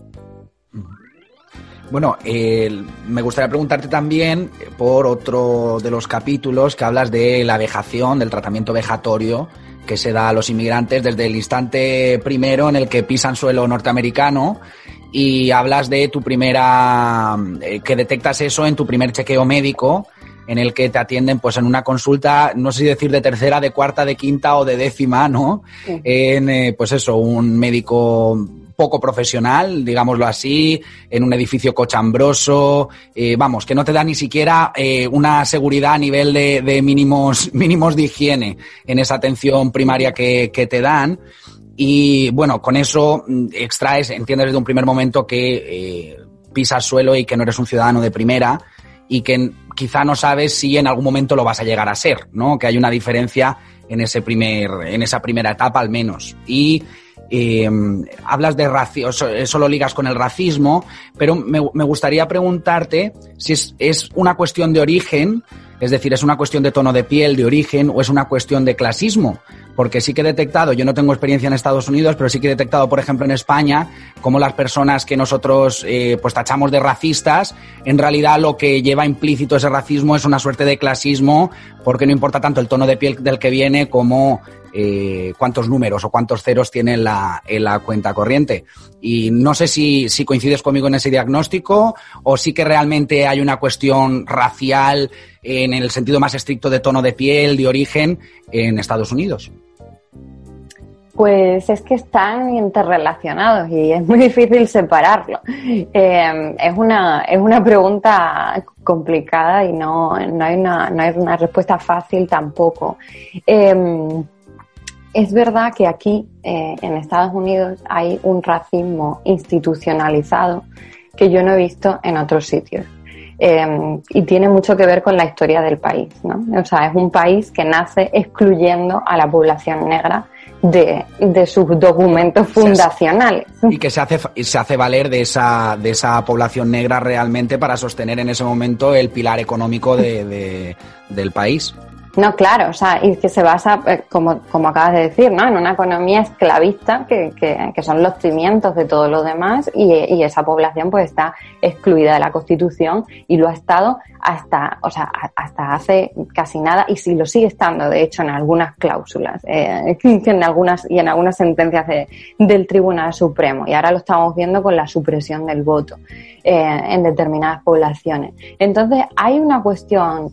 Bueno, eh, me gustaría preguntarte también por otro de los capítulos que hablas de la vejación, del tratamiento vejatorio que se da a los inmigrantes desde el instante primero en el que pisan suelo norteamericano, y hablas de tu primera, eh, que detectas eso en tu primer chequeo médico, en el que te atienden pues en una consulta, no sé si decir de tercera, de cuarta, de quinta o de décima, ¿no? Sí. En, eh, pues eso, un médico poco profesional, digámoslo así, en un edificio cochambroso, eh, vamos, que no te da ni siquiera eh, una seguridad a nivel de, de mínimos, mínimos de higiene en esa atención primaria que, que te dan. Y bueno, con eso extraes, entiendes desde un primer momento que eh, pisas suelo y que no eres un ciudadano de primera y que quizá no sabes si en algún momento lo vas a llegar a ser, ¿no? Que hay una diferencia en ese primer, en esa primera etapa al menos. Y eh, hablas de racismo, eso lo ligas con el racismo, pero me, me gustaría preguntarte si es, es una cuestión de origen, es decir, es una cuestión de tono de piel, de origen, o es una cuestión de clasismo. Porque sí que he detectado, yo no tengo experiencia en Estados Unidos, pero sí que he detectado, por ejemplo, en España, cómo las personas que nosotros eh, pues tachamos de racistas, en realidad lo que lleva implícito ese racismo es una suerte de clasismo, porque no importa tanto el tono de piel del que viene como eh, cuántos números o cuántos ceros tiene en la, en la cuenta corriente. Y no sé si, si coincides conmigo en ese diagnóstico o sí que realmente hay una cuestión racial en el sentido más estricto de tono de piel, de origen, en Estados Unidos. Pues es que están interrelacionados y es muy difícil separarlo. Eh, es una es una pregunta complicada y no, no hay una no hay una respuesta fácil tampoco. Eh, es verdad que aquí eh, en Estados Unidos hay un racismo institucionalizado que yo no he visto en otros sitios. Eh, y tiene mucho que ver con la historia del país, ¿no? O sea, es un país que nace excluyendo a la población negra de, de sus documentos fundacionales. Y que se hace se hace valer de esa de esa población negra realmente para sostener en ese momento el pilar económico de, de del país. No, claro, o sea, y que se basa, como, como acabas de decir, ¿no? En una economía esclavista que, que, que son los cimientos de todo lo demás y, y esa población pues está excluida de la Constitución y lo ha estado hasta, o sea, hasta hace casi nada y sí lo sigue estando, de hecho, en algunas cláusulas, eh, en algunas y en algunas sentencias de, del Tribunal Supremo. Y ahora lo estamos viendo con la supresión del voto eh, en determinadas poblaciones. Entonces, hay una cuestión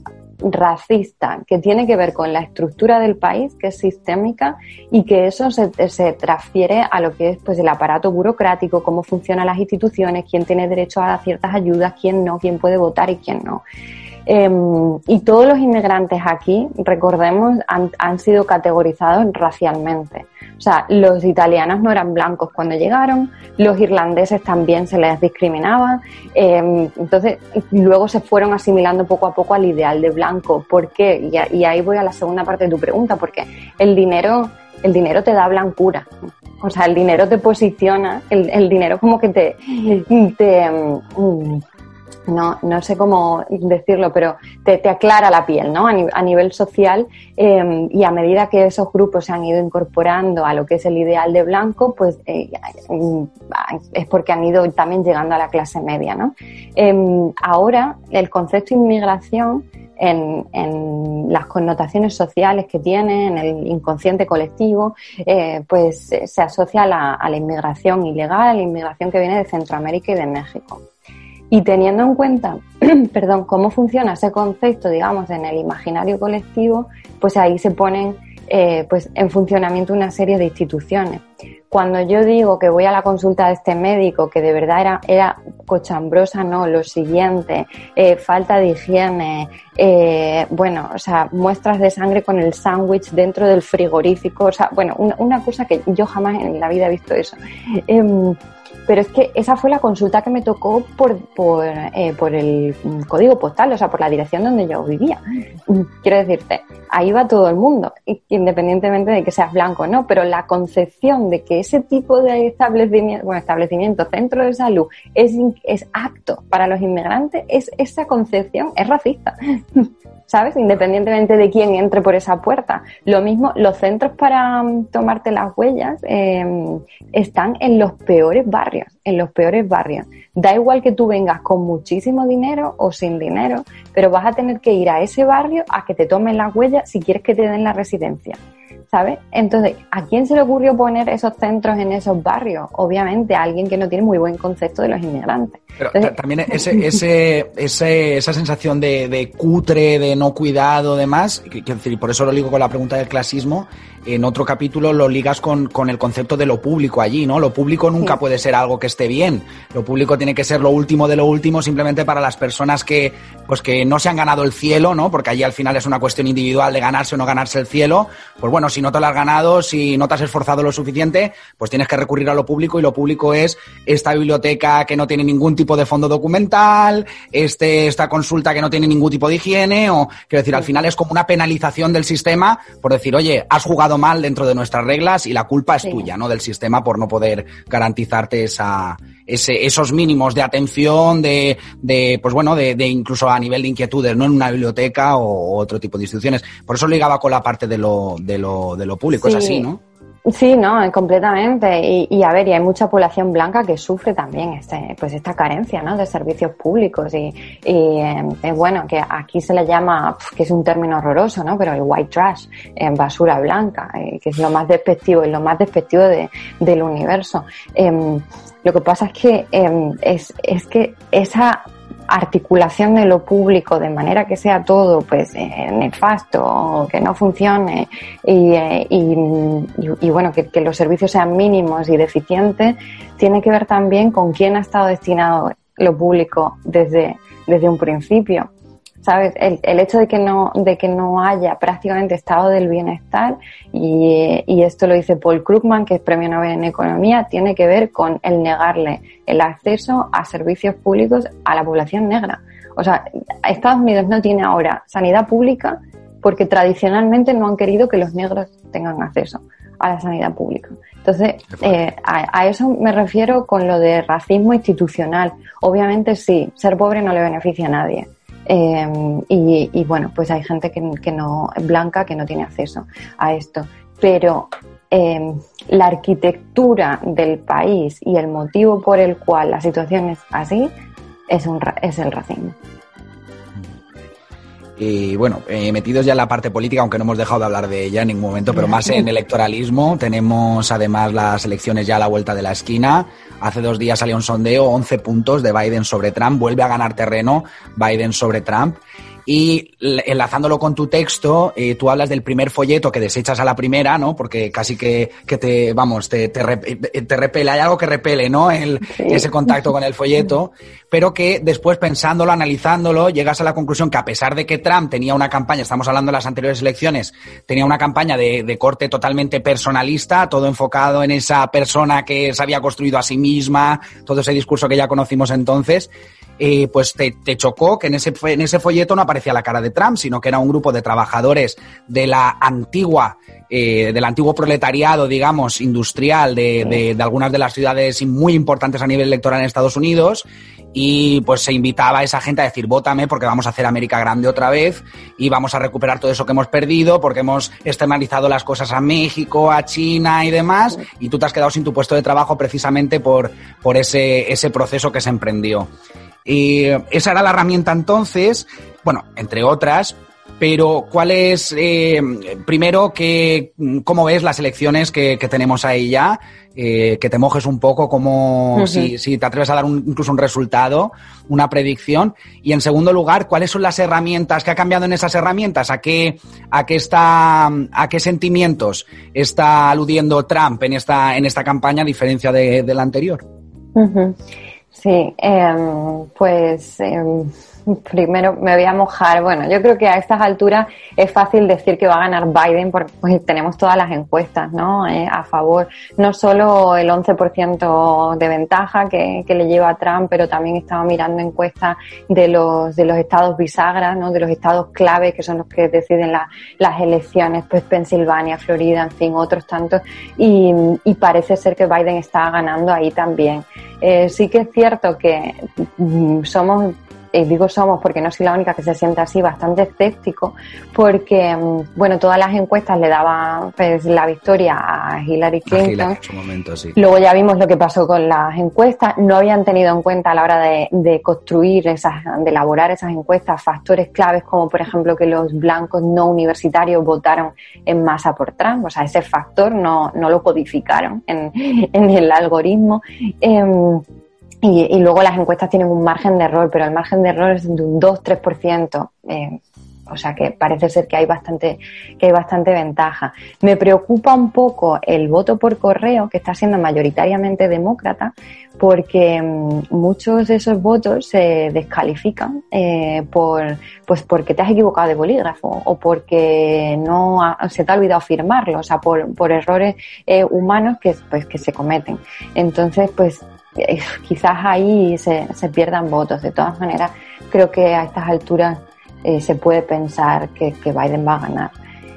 racista que tiene que ver con la estructura del país, que es sistémica y que eso se, se transfiere a lo que es pues el aparato burocrático, cómo funcionan las instituciones, quién tiene derecho a ciertas ayudas, quién no, quién puede votar y quién no. Eh, y todos los inmigrantes aquí, recordemos, han, han sido categorizados racialmente. O sea, los italianos no eran blancos cuando llegaron, los irlandeses también se les discriminaba, eh, entonces luego se fueron asimilando poco a poco al ideal de blanco. ¿Por qué? Y, y ahí voy a la segunda parte de tu pregunta, porque el dinero, el dinero te da blancura. O sea, el dinero te posiciona, el, el dinero como que te... te um, No, no sé cómo decirlo, pero te, te aclara la piel, ¿no? A, ni, a nivel social eh, y a medida que esos grupos se han ido incorporando a lo que es el ideal de blanco, pues eh, es porque han ido también llegando a la clase media, ¿no? Eh, ahora el concepto de inmigración en, en las connotaciones sociales que tiene, en el inconsciente colectivo, eh, pues se asocia a la, a la inmigración ilegal, a la inmigración que viene de Centroamérica y de México. Y teniendo en cuenta, perdón, cómo funciona ese concepto, digamos, en el imaginario colectivo, pues ahí se ponen eh, pues en funcionamiento una serie de instituciones. Cuando yo digo que voy a la consulta de este médico, que de verdad era, era cochambrosa, no, lo siguiente, eh, falta de higiene, eh, bueno, o sea, muestras de sangre con el sándwich dentro del frigorífico, o sea, bueno, una, una cosa que yo jamás en la vida he visto eso. Eh, Pero es que esa fue la consulta que me tocó por por, eh, por el código postal, o sea, por la dirección donde yo vivía. Quiero decirte, ahí va todo el mundo, independientemente de que seas blanco o no, pero la concepción de que ese tipo de establecimiento, bueno, establecimiento, centro de salud, es, es apto para los inmigrantes, es, esa concepción es racista. ¿Sabes? Independientemente de quién entre por esa puerta. Lo mismo, los centros para um, tomarte las huellas eh, están en los peores barrios, en los peores barrios. Da igual que tú vengas con muchísimo dinero o sin dinero, pero vas a tener que ir a ese barrio a que te tomen las huellas si quieres que te den la residencia. ¿sabes? Entonces, ¿a quién se le ocurrió poner esos centros en esos barrios? Obviamente a alguien que no tiene muy buen concepto de los inmigrantes. Pero Entonces, también ese, ese, ese, esa sensación de, de cutre, de no cuidado, demás, que, que decir, por eso lo ligo con la pregunta del clasismo. En otro capítulo lo ligas con, con el concepto de lo público allí, ¿no? Lo público nunca sí. puede ser algo que esté bien. Lo público tiene que ser lo último de lo último, simplemente para las personas que, pues que no se han ganado el cielo, ¿no? Porque allí al final es una cuestión individual de ganarse o no ganarse el cielo. Pues bueno, si no te lo has ganado, si no te has esforzado lo suficiente, pues tienes que recurrir a lo público, y lo público es esta biblioteca que no tiene ningún tipo de fondo documental, este, esta consulta que no tiene ningún tipo de higiene, o quiero decir, al final es como una penalización del sistema por decir, oye, has jugado mal dentro de nuestras reglas y la culpa es sí. tuya, ¿no? Del sistema por no poder garantizarte esa, ese, esos mínimos de atención, de, de pues bueno, de, de incluso a nivel de inquietudes, ¿no? En una biblioteca o otro tipo de instituciones. Por eso ligaba con la parte de lo, de lo, de lo público, sí. Es así, ¿no? Sí, no, completamente. Y, y a ver, y hay mucha población blanca que sufre también este, pues esta carencia, ¿no? De servicios públicos. Y, y eh, es bueno que aquí se le llama, que es un término horroroso, ¿no? Pero el white trash, eh, basura blanca, eh, que es lo más despectivo, y lo más despectivo de, del universo. Eh, lo que pasa es que eh, es, es que esa articulación de lo público de manera que sea todo pues eh, nefasto o que no funcione y, eh, y, y, y bueno que, que los servicios sean mínimos y deficientes tiene que ver también con quién ha estado destinado lo público desde, desde un principio, ¿sabes? El, el hecho de que no de que no haya prácticamente estado del bienestar y, y esto lo dice Paul Krugman, que es premio Nobel en Economía, tiene que ver con el negarle el acceso a servicios públicos a la población negra. O sea, Estados Unidos no tiene ahora sanidad pública porque tradicionalmente no han querido que los negros tengan acceso a la sanidad pública. Entonces, eh, a, a eso me refiero con lo de racismo institucional. Obviamente sí, ser pobre no le beneficia a nadie. Eh, y, y bueno, pues hay gente que, que no, blanca que no tiene acceso a esto. Pero eh, la arquitectura del país y el motivo por el cual la situación es así es, un, es el racismo. Y bueno, eh, metidos ya en la parte política, aunque no hemos dejado de hablar de ella en ningún momento, pero más en electoralismo, tenemos además las elecciones ya a la vuelta de la esquina. Hace dos días salió un sondeo, once puntos de Biden sobre Trump, vuelve a ganar terreno Biden sobre Trump. Y enlazándolo con tu texto, eh, tú hablas del primer folleto que desechas a la primera, ¿no? Porque casi que, que te, vamos, te, te, te repele, hay algo que repele, ¿no? El, sí. Ese contacto con el folleto, pero que después pensándolo, analizándolo, llegas a la conclusión que a pesar de que Trump tenía una campaña, estamos hablando de las anteriores elecciones, tenía una campaña de, de corte totalmente personalista, todo enfocado en esa persona que se había construido a sí misma, todo ese discurso que ya conocimos entonces, Eh, pues te, te chocó que en ese, en ese folleto no aparecía la cara de Trump, sino que era un grupo de trabajadores de la antigua, eh, del antiguo proletariado, digamos, industrial de, de, de algunas de las ciudades muy importantes a nivel electoral en Estados Unidos, y pues se invitaba a esa gente a decir, vótame porque vamos a hacer América grande otra vez y vamos a recuperar todo eso que hemos perdido porque hemos externalizado las cosas a México, a China y demás, y tú te has quedado sin tu puesto de trabajo precisamente por, por ese, ese proceso que se emprendió. Y esa era la herramienta entonces, bueno, entre otras, pero ¿cuál es, eh, primero, que, cómo ves las elecciones que, que tenemos ahí ya? Eh, que te mojes un poco, como uh-huh. si, si te atreves a dar un, incluso un resultado, una predicción. Y en segundo lugar, ¿cuáles son las herramientas? ¿Qué ha cambiado en esas herramientas? ¿A qué, a qué está, a qué sentimientos está aludiendo Trump en esta, en esta campaña a diferencia de, de la anterior? Uh-huh. Sí, eh, pues eh, primero me voy a mojar. Bueno, yo creo que a estas alturas es fácil decir que va a ganar Biden porque pues, tenemos todas las encuestas, ¿no? Eh, a favor, no solo el once por ciento de ventaja que, que le lleva a Trump, pero también estaba mirando encuestas de los de los estados bisagras, ¿no? De los estados clave que son los que deciden la, las elecciones, pues Pensilvania, Florida, en fin, otros tantos, y, y parece ser que Biden está ganando ahí también. Eh, sí que es cierto que mm, somos y digo somos porque no soy la única que se siente así, bastante escéptico, porque, bueno, todas las encuestas le daban pues, la victoria a Hillary Clinton. A Hillary en su momento, sí. Luego ya vimos lo que pasó con las encuestas. No habían tenido en cuenta a la hora de, de construir esas, de elaborar esas encuestas, factores claves como, por ejemplo, que los blancos no universitarios votaron en masa por Trump. O sea, ese factor no, no lo codificaron en, en el algoritmo. Eh, Y, y luego las encuestas tienen un margen de error, pero el margen de error es de un dos a tres por ciento. Eh, o sea que parece ser que hay bastante, que hay bastante ventaja. Me preocupa un poco el voto por correo, que está siendo mayoritariamente demócrata, porque mmm, muchos de esos votos se descalifican eh, por, pues porque te has equivocado de bolígrafo o porque no ha, se te ha olvidado firmarlo, o sea, por, por errores eh, humanos que, pues, que se cometen. Entonces, pues, quizás ahí se, se pierdan votos. De todas maneras, creo que a estas alturas eh, se puede pensar que, que Biden va a ganar.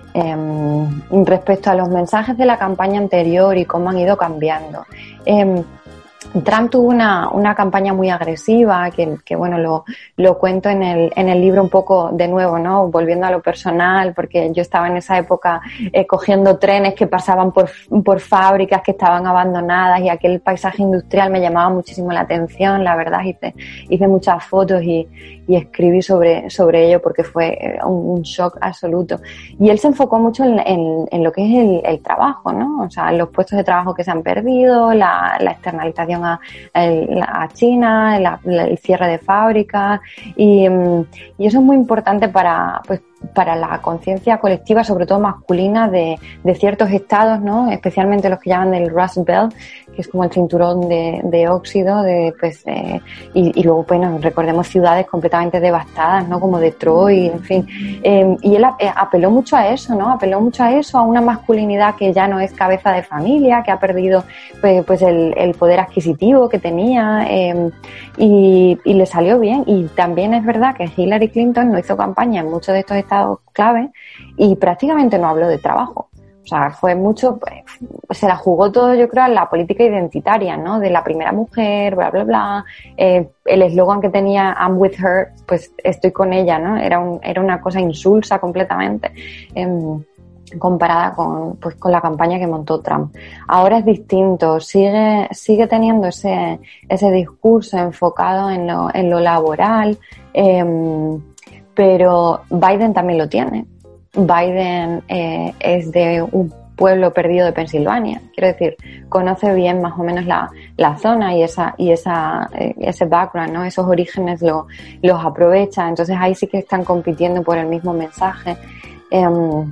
Eh, respecto a los mensajes de la campaña anterior y cómo han ido cambiando, eh, Trump tuvo una, una campaña muy agresiva, que, que bueno, lo, lo cuento en el, en el libro un poco de nuevo, ¿no? Volviendo a lo personal, porque yo estaba en esa época eh, cogiendo trenes que pasaban por, por fábricas que estaban abandonadas y aquel paisaje industrial me llamaba muchísimo la atención, la verdad, hice, hice muchas fotos y, y escribí sobre, sobre ello porque fue un, un shock absoluto. Y él se enfocó mucho en, en, en lo que es el, el trabajo, ¿no? O sea, los puestos de trabajo que se han perdido, la, la externalización A, a China, la, la, el cierre de fábricas y, y eso es muy importante para pues para la conciencia colectiva, sobre todo masculina, de, de ciertos estados, ¿no? Especialmente los que llaman el Rust Belt, que es como el cinturón de, de óxido, de, pues, eh, y, y luego, bueno, recordemos ciudades completamente devastadas, ¿no? Como Detroit, en fin. Eh, y él eh, apeló mucho a eso, ¿no? Apeló mucho a eso, a una masculinidad que ya no es cabeza de familia, que ha perdido, pues, pues el, el poder adquisitivo que tenía, eh, y, y le salió bien. Y también es verdad que Hillary Clinton no hizo campaña en muchos de estos estados clave y prácticamente no habló de trabajo. O sea, fue mucho, pues, se la jugó todo, yo creo, a la política identitaria, ¿no? De la primera mujer, bla, bla, bla. Eh, el eslogan que tenía I'm with her, pues estoy con ella, ¿no? Era un, era una cosa insulsa completamente. Eh, comparada con, pues, con la campaña que montó Trump. Ahora es distinto, sigue, sigue teniendo ese, ese discurso enfocado en lo, en lo laboral, eh, pero Biden también lo tiene. Biden eh, es de un pueblo perdido de Pensilvania, quiero decir, conoce bien más o menos la, la zona y esa y esa eh, ese background, ¿no? Esos orígenes lo, los aprovecha, entonces ahí sí que están compitiendo por el mismo mensaje. Eh,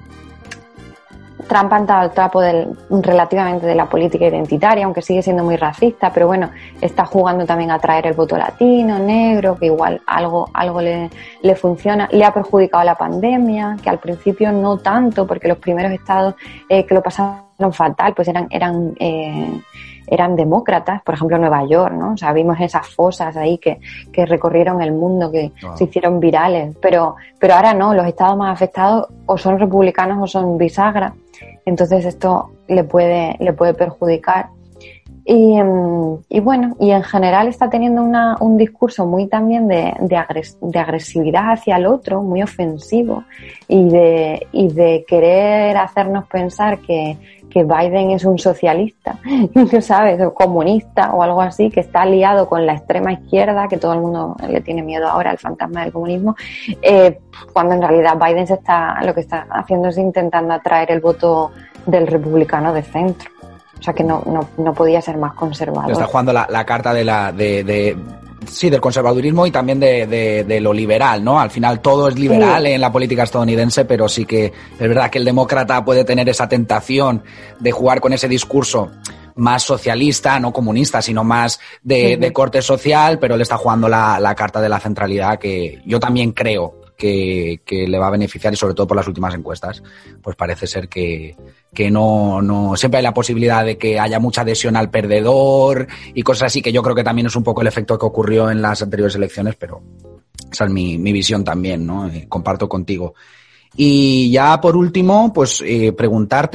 Trump ha entrado al trapo del, relativamente de la política identitaria, aunque sigue siendo muy racista, pero bueno, está jugando también a traer el voto latino, negro, que igual algo, algo le, le funciona. Le ha perjudicado la pandemia, que al principio no tanto, porque los primeros estados eh, que lo pasaron fatal, pues eran, eran, eh, eran demócratas, por ejemplo Nueva York, ¿no? O sea, vimos esas fosas ahí que, que recorrieron el mundo, que wow. se hicieron virales, pero, pero ahora no, los estados más afectados o son republicanos o son bisagra. Entonces esto le puede, le puede perjudicar. Y, y bueno, y en general está teniendo una, un discurso muy también de, de, agres, de agresividad hacia el otro, muy ofensivo, y de, y de querer hacernos pensar que, que Biden es un socialista, ¿sabes? O comunista o algo así, que está aliado con la extrema izquierda, que todo el mundo le tiene miedo ahora al fantasma del comunismo, eh, cuando en realidad Biden se está, lo que está haciendo es intentando atraer el voto del republicano de centro. O sea que no, no, no podía ser más conservador. Está jugando la, la carta de la de, de sí, del conservadurismo y también de, de, de lo liberal, ¿no? Al final todo es liberal sí. en la política estadounidense, pero sí que es verdad que el demócrata puede tener esa tentación de jugar con ese discurso más socialista, no comunista, sino más de, sí. de corte social, pero le está jugando la, la carta de la centralidad, que yo también creo que, que le va a beneficiar, y sobre todo por las últimas encuestas, pues parece ser que, que no, no, siempre hay la posibilidad de que haya mucha adhesión al perdedor y cosas así, que yo creo que también es un poco el efecto que ocurrió en las anteriores elecciones, pero esa es mi, mi visión también, ¿no? Eh, comparto contigo. Y ya por último, pues eh, preguntarte,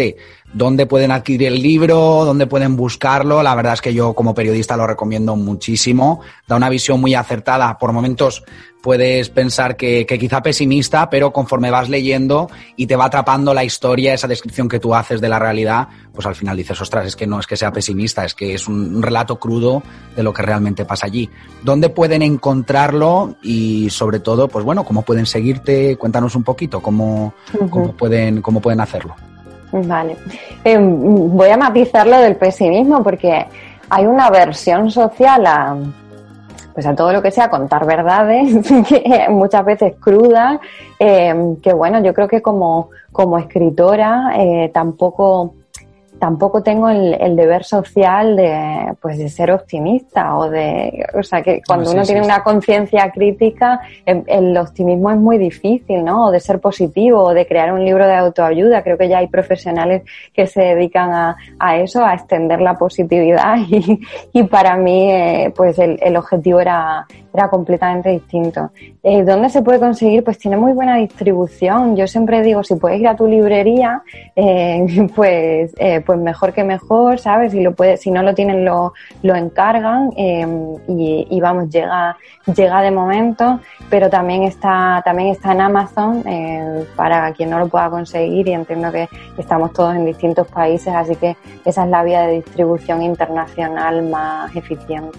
¿Dónde pueden adquirir el libro? ¿Dónde pueden buscarlo? La verdad es que yo como periodista lo recomiendo muchísimo. Da una visión muy acertada. Por momentos puedes pensar que, que quizá pesimista, pero conforme vas leyendo y te va atrapando la historia, esa descripción que tú haces de la realidad, pues al final dices, ostras, es que no es que sea pesimista, es que es un, un relato crudo de lo que realmente pasa allí. ¿Dónde pueden encontrarlo? Y sobre todo, pues bueno, ¿cómo pueden seguirte? Cuéntanos un poquito cómo, uh-huh. cómo, pueden, cómo pueden hacerlo. Vale. Eh, voy a matizar lo del pesimismo porque hay una aversión social a, pues a todo lo que sea contar verdades, que muchas veces crudas, eh, que bueno, yo creo que como, como escritora eh, tampoco... tampoco tengo el, el deber social de, pues, de ser optimista o de, o sea, que cuando no, sí, uno sí, tiene sí. una conciencia crítica, el, el optimismo es muy difícil, ¿no? O de ser positivo o de crear un libro de autoayuda. Creo que ya hay profesionales que se dedican a, a eso, a extender la positividad y, y para mí, eh, pues el, el objetivo era, era completamente distinto. Eh, ¿Dónde se puede conseguir? Pues tiene muy buena distribución. Yo siempre digo, si puedes ir a tu librería, eh, pues, eh, pues mejor que mejor, ¿sabes? Si lo puede, si no lo tienen, lo, lo encargan, eh, y, y vamos, llega, llega de momento, pero también está, también está en Amazon, eh, para quien no lo pueda conseguir, y entiendo que estamos todos en distintos países, así que esa es la vía de distribución internacional más eficiente.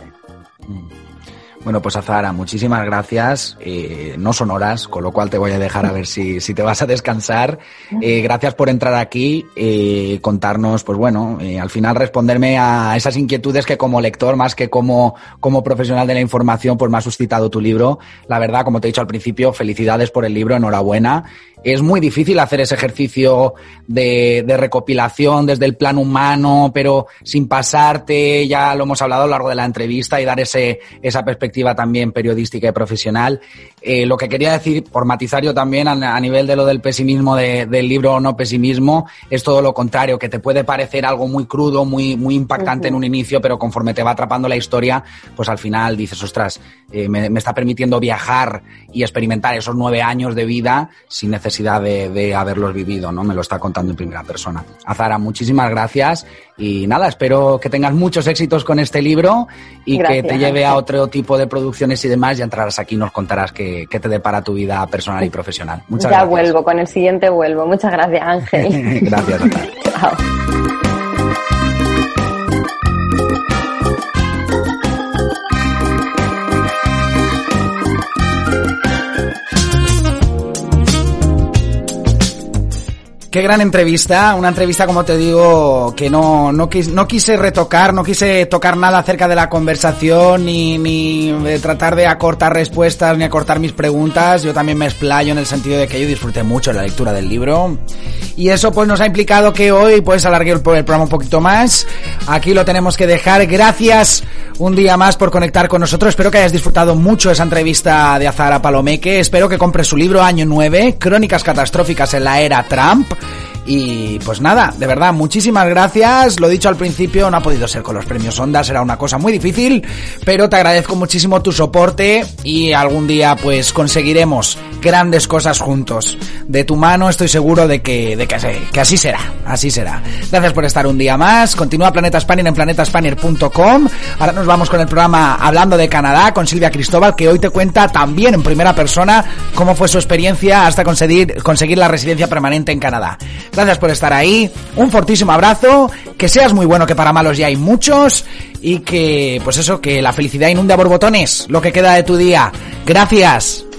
Bueno, pues Azahara, muchísimas gracias. Eh, no son horas, con lo cual te voy a dejar a ver si, si te vas a descansar. Eh, gracias por entrar aquí, eh, contarnos, pues bueno, eh, al final responderme a esas inquietudes que como lector, más que como, como profesional de la información, pues me ha suscitado tu libro. La verdad, como te he dicho al principio, felicidades por el libro, enhorabuena. Es muy difícil hacer ese ejercicio de, de recopilación desde el plano humano, pero sin pasarte, ya lo hemos hablado a lo largo de la entrevista, y dar ese, esa perspectiva también periodística y profesional. Eh, lo que quería decir, por matizar yo también, a, a nivel de lo del pesimismo de, del libro o no pesimismo, es todo lo contrario, que te puede parecer algo muy crudo, muy, muy impactante uh-huh. en un inicio, pero conforme te va atrapando la historia, pues al final dices, ostras, eh, me, me está permitiendo viajar y experimentar esos nueve años de vida sin necesidad De, de haberlos vivido, ¿no? Me lo está contando en primera persona. Azahara, muchísimas gracias y nada, espero que tengas muchos éxitos con este libro y gracias, que te lleve a otro tipo de producciones y demás. Ya entrarás aquí y nos contarás qué, qué te depara tu vida personal y profesional. Muchas ya gracias. Ya vuelvo, con el siguiente vuelvo. Muchas gracias, Ángel. Gracias, Azahara. Chao. Qué gran entrevista, una entrevista, como te digo, que no, no, quis, no quise retocar, no quise tocar nada acerca de la conversación, ni, ni tratar de acortar respuestas, ni acortar mis preguntas. Yo también me explayo en el sentido de que yo disfruté mucho la lectura del libro. Y eso pues nos ha implicado que hoy pues alargué el, el programa un poquito más. Aquí lo tenemos que dejar. Gracias un día más por conectar con nosotros. Espero que hayas disfrutado mucho esa entrevista de Azahara Palomeque. Espero que compres su libro Año nueve, Crónicas catastróficas en la era Trump. Y pues nada, de verdad, muchísimas gracias. Lo dicho al principio, no ha podido ser con los premios Ondas, era una cosa muy difícil, pero te agradezco muchísimo tu soporte y algún día pues conseguiremos grandes cosas juntos. De tu mano estoy seguro de que, de que, que así será, así será. Gracias por estar un día más. Continúa Planeta Spanier en planeta spanier punto com. Ahora nos vamos con el programa Hablando de Canadá con Silvia Cristóbal, que hoy te cuenta también en primera persona cómo fue su experiencia hasta conseguir, conseguir la residencia permanente en Canadá. Gracias por estar ahí, un fortísimo abrazo, que seas muy bueno, que para malos ya hay muchos, y que, pues eso, que la felicidad inunde a borbotones lo que queda de tu día. Gracias.